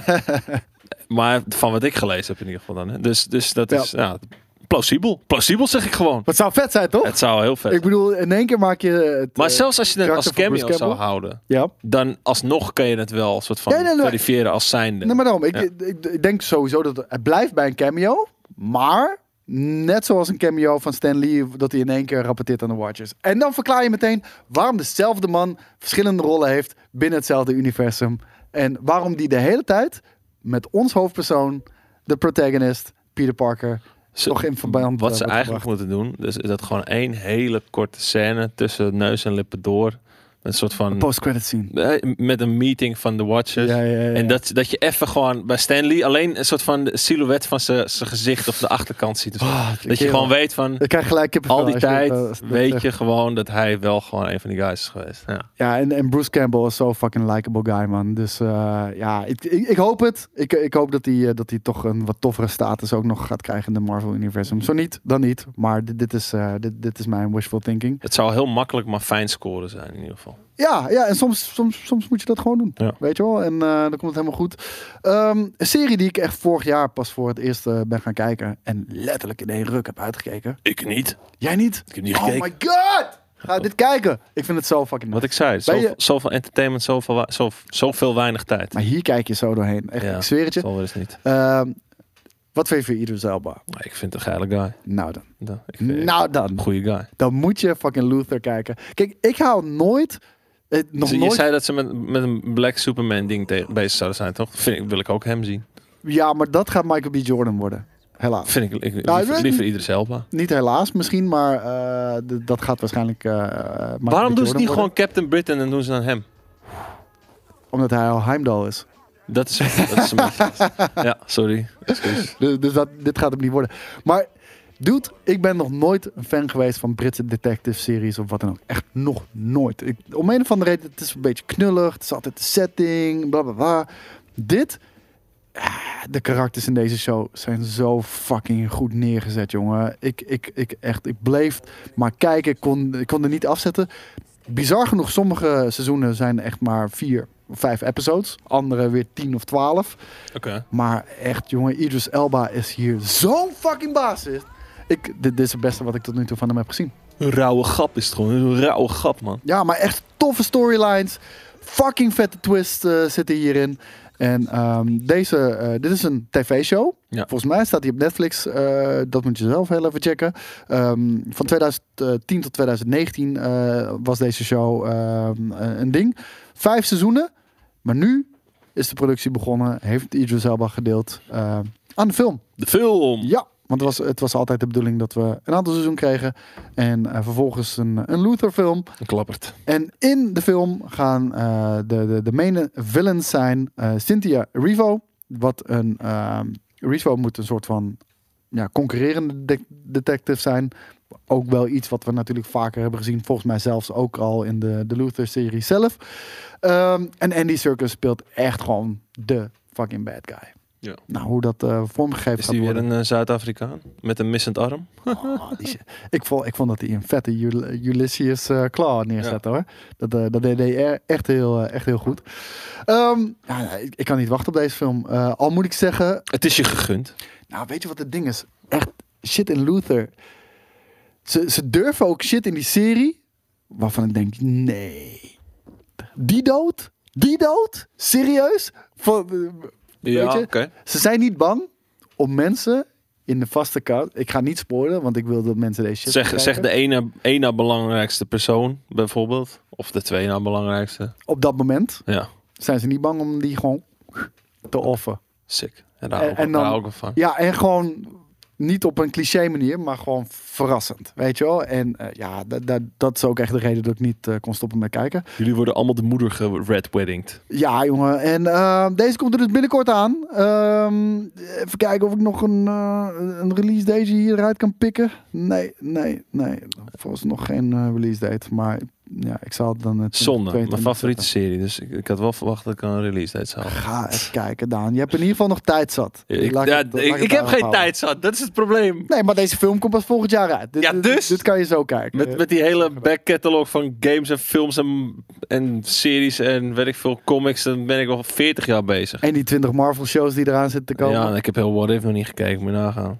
Maar van wat ik gelezen heb in ieder geval dan. Hè. Dus, dus dat Ja. is ja, plausibel. Plausibel zeg ik gewoon. Wat zou vet zijn, toch? Het zou heel vet Ik bedoel, in één keer maak je het... Maar eh, zelfs als je het als karakter van Bruce cameo zou Campbell. houden, Ja. dan alsnog kan je het wel een soort van Ja, nee, nee. verifiëren als zijnde. Nee, maar daarom. Ik, Ja. ik, ik, ik denk sowieso dat het, het blijft bij een cameo. Maar net zoals een cameo van Stan Lee, dat hij in één keer rapporteert aan de Watchers. En dan verklaar je meteen waarom dezelfde man verschillende rollen heeft binnen hetzelfde universum. En waarom die de hele tijd met ons hoofdpersoon, de protagonist, Peter Parker, Ze- toch in verband Wat eh, ze wordt eigenlijk gebracht. moeten doen, dus is dat gewoon één hele korte scène tussen neus en lippen door. Een soort van... Post-credit scene. eh, met een meeting van de Watchers. Ja, ja, ja. En dat, dat je even gewoon bij Stanley alleen een soort van silhouet van zijn gezicht of de achterkant ziet. Dus Ah, dat je kerel. gewoon weet van... Ik krijg gelijk kippenvel Al die als je tijd dat, als dat weet zegt. je gewoon dat hij wel gewoon een van die guys is geweest. Ja. Ja, en, en Bruce Campbell is zo fucking likable guy, man. Dus uh, ja, ik, ik, ik hoop het. Ik, ik hoop dat hij, uh, dat hij toch een wat toffere status ook nog gaat krijgen in de Marvel-universum. Zo niet, dan niet. Maar dit, dit, is, uh, dit, dit is mijn wishful thinking. Het zou heel makkelijk maar fijn scoren zijn in ieder geval. Ja, ja en soms, soms, soms moet je dat gewoon doen. Ja. Weet je wel? En uh, dan komt het helemaal goed. Um, een serie die ik echt vorig jaar pas voor het eerst uh, ben gaan kijken. En letterlijk in één ruk heb uitgekeken. Ik niet. Jij niet? Ik heb niet Oh gekeken. my god! Ga dit kijken. Ik vind het zo fucking nice. Wat ik zei, Ben zoveel, je- zoveel entertainment, zoveel, wa- zo, zoveel weinig tijd. Maar hier kijk je zo doorheen. Echt, Ja, ik zweer het je. zal wel eens niet. Um, wat vind je van Idris Elba? Maar ik vind het een geile guy. Nou dan. Ja, ik vind Nou dan. een goede guy. Dan moet je fucking Luther kijken. Kijk, ik hou nooit... eh, nog je nooit... zei dat ze met, met een Black Superman ding te- bezig zouden zijn, toch? Vind ik, wil ik ook hem zien. Ja, maar dat gaat Michael B. Jordan worden. Helaas. Vind ik, ik Nou, liever, ik- liever Idris Elba. Niet helaas misschien, maar uh, d- dat gaat waarschijnlijk... Uh, Michael B. Waarom doen ze Jordan niet worden. gewoon Captain Britain en doen ze dan hem? Omdat hij al Heimdall is. Dat is, dat is een beetje... Ja, sorry. Excuus. Dus, dus dat, dit gaat hem niet worden. Maar, dude, ik ben nog nooit een fan geweest van Britse detective series of wat dan ook. Echt nog nooit. Ik, om een of andere reden, het is een beetje knullig. Het is altijd de setting, bla bla bla. Dit, ah, de karakters in deze show zijn zo fucking goed neergezet, jongen. Ik, ik, ik, echt, ik bleef maar kijken. Ik kon, ik kon er niet afzetten. Bizar genoeg, sommige seizoenen zijn echt maar vier of vijf episodes. Andere weer tien of twaalf. Oké. Maar echt, jongen, Idris Elba is hier zo'n fucking basis. Ik, dit, dit is het beste wat ik tot nu toe van hem heb gezien. Een rauwe grap is het gewoon. Een rauwe grap, man. Ja, maar echt toffe storylines. Fucking vette twists uh, zitten hierin. En um, deze, uh, dit is een tv-show. Ja. Volgens mij staat hij op Netflix. Uh, dat moet je zelf heel even checken. Um, van twintig tien tot twintig negentien uh, was deze show uh, een ding. Vijf seizoenen. Maar nu is de productie begonnen. Heeft Idris Elba gedeeld uh, aan de film. De film. Ja, want het was, het was altijd de bedoeling dat we een aantal seizoen kregen. En uh, vervolgens een, een Luther-film. Een klappert. En in de film gaan uh, de, de, de main villains zijn uh, Cynthia Erivo. Wat een... Uh, Erivo moet een soort van ja, concurrerende de- detective zijn. Ook wel iets wat we natuurlijk vaker hebben gezien. Volgens mij zelfs ook al in de, de Luther-serie zelf. Um, en Andy Serkis speelt echt gewoon de fucking bad guy. Ja. Nou, hoe dat uh, vormgegeven Is gaat die weer worden. een uh, Zuid-Afrikaan? Met een missend arm? Oh, die shit. ik, vond, ik vond dat hij een vette Ul- Ulysses uh, Claw neerzette, hoor. Dat, uh, dat deed hij e- echt heel, uh, echt heel goed. Um, ja, ik, ik kan niet wachten op deze film. Uh, al moet ik zeggen... Het is je gegund. Nou, weet je wat het ding is? Echt shit in Luther. Ze, ze durven ook shit in die serie... waarvan ik denk, nee. Die dood? Die dood? Serieus? Van, uh, Ja, weet je? oké. Ze zijn niet bang om mensen in de vaste cast... Ik ga niet spoilen, want ik wil dat mensen deze shit Zeg, gaan zeg kijken. de ene, één na belangrijkste persoon, bijvoorbeeld. Of de twee na belangrijkste. Op dat moment Ja, zijn ze niet bang om die gewoon te offen. sick. En daar, En- hou ik- en dan- daar hou ik wel van. Ja, en gewoon niet op een cliché manier, maar gewoon verrassend. Weet je wel? En uh, ja, dat, dat, dat is ook echt de reden dat ik niet uh, kon stoppen met kijken. Jullie worden allemaal de moeder gered weddinged. Ja, jongen. En uh, deze komt er dus binnenkort aan. Um, even kijken of ik nog een, uh, een release date hier eruit kan pikken. Nee, nee, nee. Volgens nog geen uh, release date. Maar ja, ik zal het dan... Het Zonde, mijn favoriete serie. Dus ik, ik had wel verwacht dat ik een release date zou hebben. Ga eens kijken, Daan. Je hebt in ieder geval nog tijd zat. Ik, Laat ja, het- laat ik, het ik heb daarop geen houden. tijd zat, dat is het probleem. Nee, maar deze film komt pas volgend jaar uit. Dit, Ja, dit- dus? Dit kan je zo kijken. Met, met die hele back catalog van games en films en, en series en weet ik veel comics, dan ben ik al veertig jaar bezig. En die twintig Marvel shows die eraan zitten te komen. Ja, en ik heb heel What If nog niet gekeken, moet je nagaan.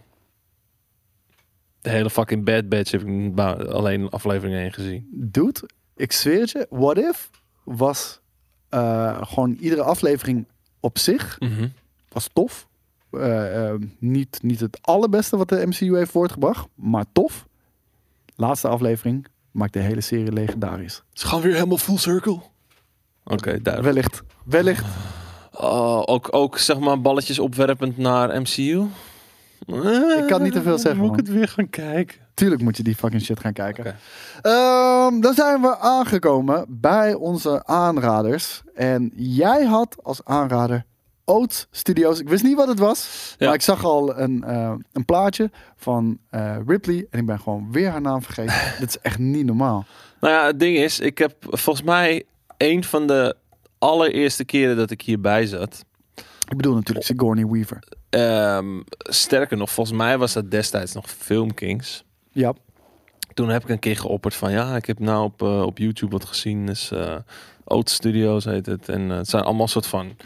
De hele fucking Bad Batch heb ik ba- alleen aflevering één gezien. Dude, ik zweer het je. What If was uh, gewoon iedere aflevering op zich. Was tof. Uh, uh, niet, niet het allerbeste wat de M C U heeft voortgebracht. Maar tof. Laatste aflevering maakt de hele serie legendarisch. Ze gaan weer helemaal full circle. Oké, okay, duidelijk. Wellicht. Wellicht. Uh, ook, ook zeg maar balletjes opwerpend naar M C U. Ik kan niet te veel zeggen, Moet ik man. het weer gaan kijken? Tuurlijk moet je die fucking shit gaan kijken. Oké. Ehm, dan zijn we aangekomen bij onze aanraders. En jij had als aanrader Oats Studios. Ik wist niet wat het was. Ja. Maar ik zag al een, eh, een plaatje van eh, Ripley. En ik ben gewoon weer haar naam vergeten. Dit is echt niet normaal. Nou ja, het ding is, ik heb volgens mij een van de allereerste keren dat ik hierbij zat. Ik bedoel natuurlijk Sigourney Weaver. Ehm, sterker nog, volgens mij was dat destijds nog Film Kings. Ja. Toen heb ik een keer geopperd van ja, ik heb nou op, uh, op YouTube wat gezien. Dus uh, Oats Studios heet het. En uh, het zijn allemaal soort van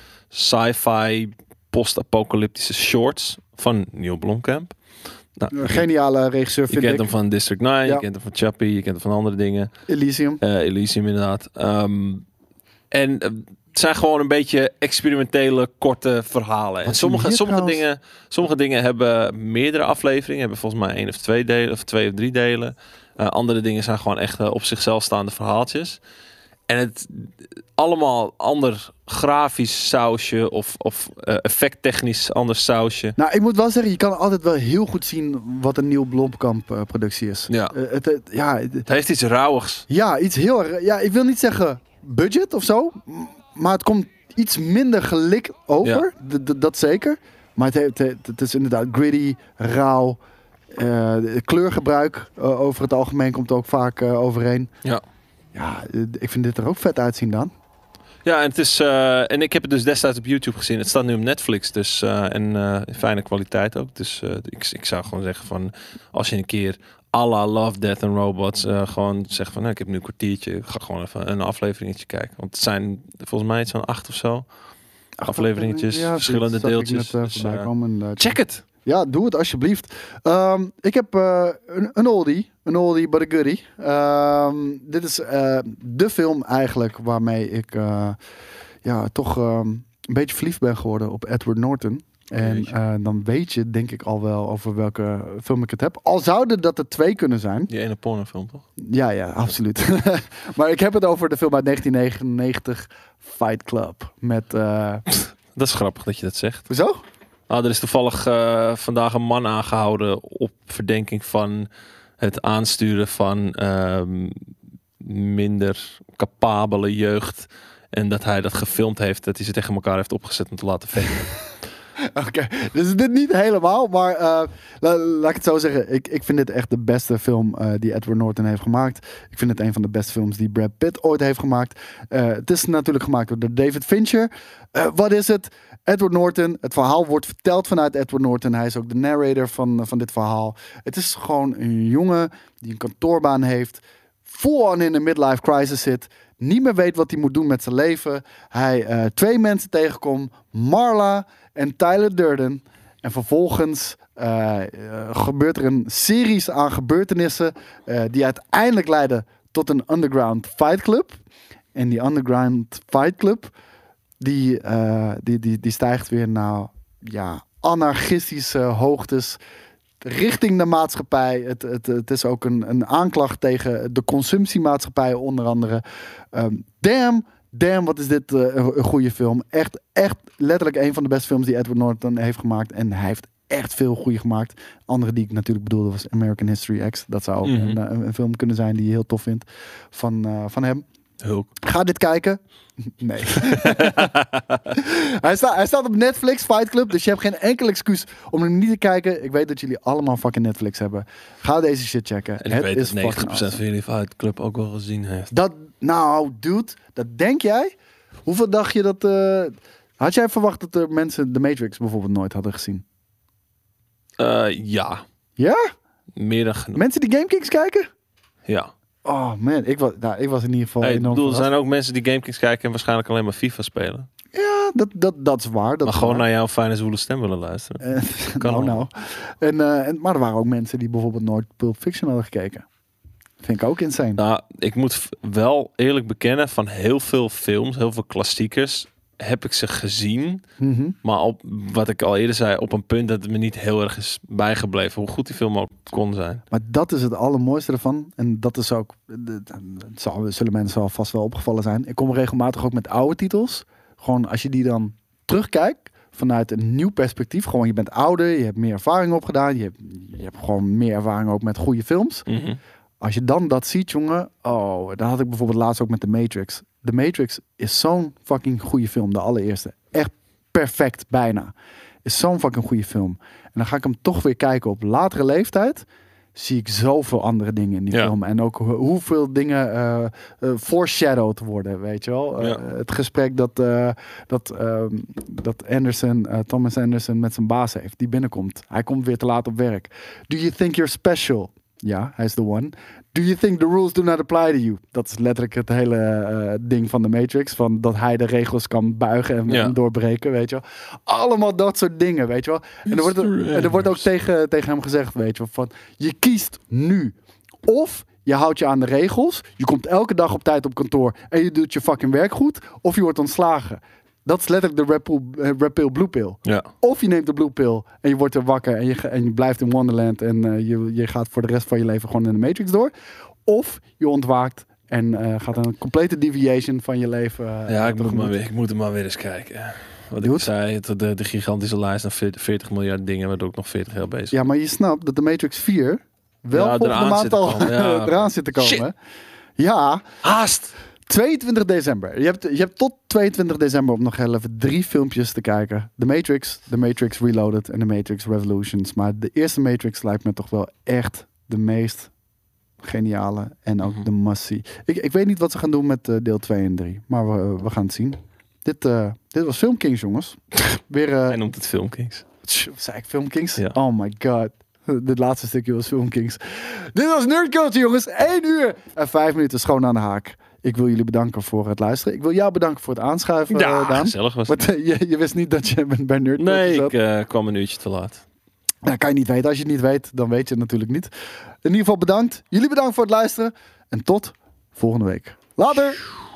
sci-fi post-apocalyptische shorts van Neil Blomkamp. Nou, Een geniale regisseur je vind kent ik. hem van District negen, Ja. je kent hem van Chappie, je kent hem van andere dingen. Elysium. Uh, Elysium inderdaad. Um, en uh, het zijn gewoon een beetje experimentele, korte verhalen. En Wat sommige, zie je sommige, trouwens? dingen, sommige dingen hebben meerdere afleveringen. Hebben volgens mij één of twee delen, of twee of drie delen. Uh, andere dingen zijn gewoon echt uh, op zichzelf staande verhaaltjes. En het allemaal ander grafisch sausje of, of uh, effecttechnisch ander sausje. Nou, ik moet wel zeggen, je kan altijd wel heel goed zien wat een Neil Blomkamp uh, productie is. Ja. Uh, het, het- ja, het- Het heeft iets rauwigs. ja, iets heel erg. Ja, ik wil niet zeggen budget of zo, m- maar het komt iets minder gelik over. D- d- dat zeker. Maar het, heeft, het, het is inderdaad gritty, rauw. Uh, het kleurgebruik uh, over het algemeen komt ook vaak uh, overeen. Ja. Ja, uh, ik vind dit er ook vet uitzien dan. Ja, en het is uh, en ik heb het dus destijds op YouTube gezien. Het staat nu op Netflix, dus uh, en uh, in fijne kwaliteit ook. Dus uh, ik, ik zou gewoon zeggen van als je een keer à la Love, Death and Robots uh, gewoon zegt van nou, ik heb nu een kwartiertje, ga gewoon even een afleveringetje kijken. Want het zijn volgens mij iets van acht of zo afleveringetjes, Ja, verschillende dit zag ik deeltjes. net, uh, Dus, voorbij uh, komen, inderdaad. check het. Ja, doe het alsjeblieft. Ehm, ik heb eh, een, een oldie. Een oldie but a goodie. Ehm, dit is eh, de film eigenlijk waarmee ik eh, ja, toch ehm, een beetje verliefd ben geworden op Edward Norton. En Jeetje. eh, dan weet je denk ik al wel over welke film ik het heb. Al zouden dat er twee kunnen zijn. Die ene pornofilm toch? Ja, ja, absoluut. Maar ik heb het over de film uit negentien negenennegentig, Fight Club. Met, eh Dat is grappig dat je dat zegt. hoezo? Nou, er is toevallig uh, vandaag een man aangehouden op verdenking van het aansturen van um, minder capabele jeugd. En dat hij dat gefilmd heeft, dat hij ze tegen elkaar heeft opgezet om te laten vechten. Oké, dus dit niet helemaal, maar uh, la, laat ik het zo zeggen. Ik, ik vind dit echt de beste film uh, die Edward Norton heeft gemaakt. Ik vind het een van de beste films die Brad Pitt ooit heeft gemaakt. Uh, het is natuurlijk gemaakt door David Fincher. Uh, wat is het? Edward Norton. Het verhaal wordt verteld vanuit Edward Norton. Hij is ook de narrator van, van dit verhaal. Het is gewoon een jongen die een kantoorbaan heeft. Full-on in een midlife crisis zit. Niet meer weet wat hij moet doen met zijn leven. Hij uh, twee mensen tegenkomt. Marla en Tyler Durden. En vervolgens uh, uh, gebeurt er een series aan gebeurtenissen. Uh, die uiteindelijk leiden tot een underground fight club. En die underground fight club. Die, uh, die, die, die stijgt weer naar ja, anarchistische hoogtes. Richting de maatschappij. Het, het, het is ook een, een aanklacht tegen de consumptiemaatschappij onder andere. Um, damn, damn, wat is dit uh, een, een goede film. Echt, echt letterlijk een van de beste films die Edward Norton heeft gemaakt. En hij heeft echt veel goede gemaakt. Andere die ik natuurlijk bedoelde was American History X. Dat zou ook Mhm. een, een, een film kunnen zijn die je heel tof vindt van, uh, van hem. Hulk. Ga dit kijken. Nee. hij, staat, hij staat op Netflix, Fight Club. Dus je hebt geen enkel excuus om hem niet te kijken. Ik weet dat jullie allemaal fucking Netflix hebben. Ga deze shit checken. En ik het weet is dat negentig fucking procent awesome. van jullie Fight Club ook wel gezien heeft. Dat, nou, dude, dat denk jij? Hoeveel dacht je dat... Uh, had jij verwacht dat er mensen de Matrix bijvoorbeeld nooit hadden gezien? Uh, ja, Ja? meer dan genoeg. Mensen die GameKings kijken? Ja. Oh man, ik was, nou, ik was in ieder geval Hey, ik enorm bedoel, er verrast. zijn ook mensen die GameKings kijken en waarschijnlijk alleen maar FIFA spelen. Ja, dat, dat, dat is waar. Dat maar is gewoon waar. naar jouw fijne zwoele stem willen luisteren. Eh, Kan nou, wel. nou. En, eh, en, maar er waren ook mensen die bijvoorbeeld nooit Pulp Fiction hadden gekeken. Vind ik ook insane. Nou, ik moet v- wel eerlijk bekennen, van heel veel films, heel veel klassiekers, heb ik ze gezien. Mhm. Maar op, wat ik al eerder zei, op een punt dat het me niet heel erg is bijgebleven. Hoe goed die film ook kon zijn. Maar dat is het allermooiste ervan. En dat is ook... Het zal, zullen mensen al vast wel opgevallen zijn. Ik kom regelmatig ook met oude titels. Gewoon als je die dan terugkijkt. vanuit een nieuw perspectief. Gewoon, je bent ouder, je hebt meer ervaring opgedaan. Je hebt, je hebt gewoon meer ervaring ook met goede films. Mhm. Als je dan dat ziet, jongen. Oh, dat had ik bijvoorbeeld laatst ook met The Matrix. The Matrix is zo'n fucking goede film. De allereerste. Echt perfect, bijna. Is zo'n fucking goede film. En dan ga ik hem toch weer kijken op latere leeftijd. Zie ik zoveel andere dingen in die Ja. film. En ook ho- hoeveel dingen uh, uh, foreshadowed worden, weet je wel. Uh, Ja. Het gesprek dat, uh, dat, um, dat Anderson, uh, Thomas Anderson met zijn baas heeft. Die binnenkomt. Hij komt weer te laat op werk. Do you think you're special? Ja, hij is the one. Do you think the rules do not apply to you? Dat is letterlijk het hele uh, ding van de Matrix. Van dat hij de regels kan buigen en, Ja. en doorbreken, weet je wel. Allemaal dat soort dingen, weet je wel. En er wordt, en er wordt ook tegen, tegen hem gezegd, weet je wel. Van, je kiest nu. Of je houdt je aan de regels. Je komt elke dag op tijd op kantoor. En je doet je fucking werk goed. Of je wordt ontslagen. Dat is letterlijk de red pill, uh, red pill, blue pill. Ja. Of je neemt de blue pill en je wordt er wakker en je, ga- en je blijft in Wonderland en uh, je, je gaat voor de rest van je leven gewoon in de Matrix door. Of je ontwaakt en uh, gaat een complete deviation van je leven. Uh, Ja, ik moet, tegemoet. maar weer, ik moet er maar weer eens kijken. Wat Doe ik het. zei, het- de, de gigantische lijst van veertig miljard dingen, waardoor ik nog veertig jaar bezig ben. Ja, maar je snapt dat de Matrix vier wel Ja, volgende eraan maand zit te al komen. Ja. eraan zit te komen. Shit. Ja, Haast! tweeëntwintig december. Je hebt, je hebt tot tweeëntwintig december om nog heel even drie filmpjes te kijken. The Matrix, The Matrix Reloaded en The Matrix Revolutions. Maar de eerste Matrix lijkt me toch wel echt de meest geniale en ook Mhm. de must-see. Ik, ik weet niet wat ze gaan doen met uh, deel twee en drie, maar we, we gaan het zien. Dit, uh, dit was Film Kings, jongens. Weer, uh, Hij noemt het Filmkings. tch, zei ik Film Kings? Ja. Oh my god. Dit laatste stukje was Film Kings. Dit was Nerd Culture, jongens. één uur en vijf minuten schoon aan de haak. Ik wil jullie bedanken voor het luisteren. Ik wil jou bedanken voor het aanschuiven, Ja, uh, Daan. gezellig was het. Want uh, je, je wist niet dat je bij Nerd Culture Nee, zat. ik uh, kwam een uurtje te laat. Dat kan je niet weten. Als je het niet weet, dan weet je het natuurlijk niet. In ieder geval bedankt. Jullie bedankt voor het luisteren. En tot volgende week. Later!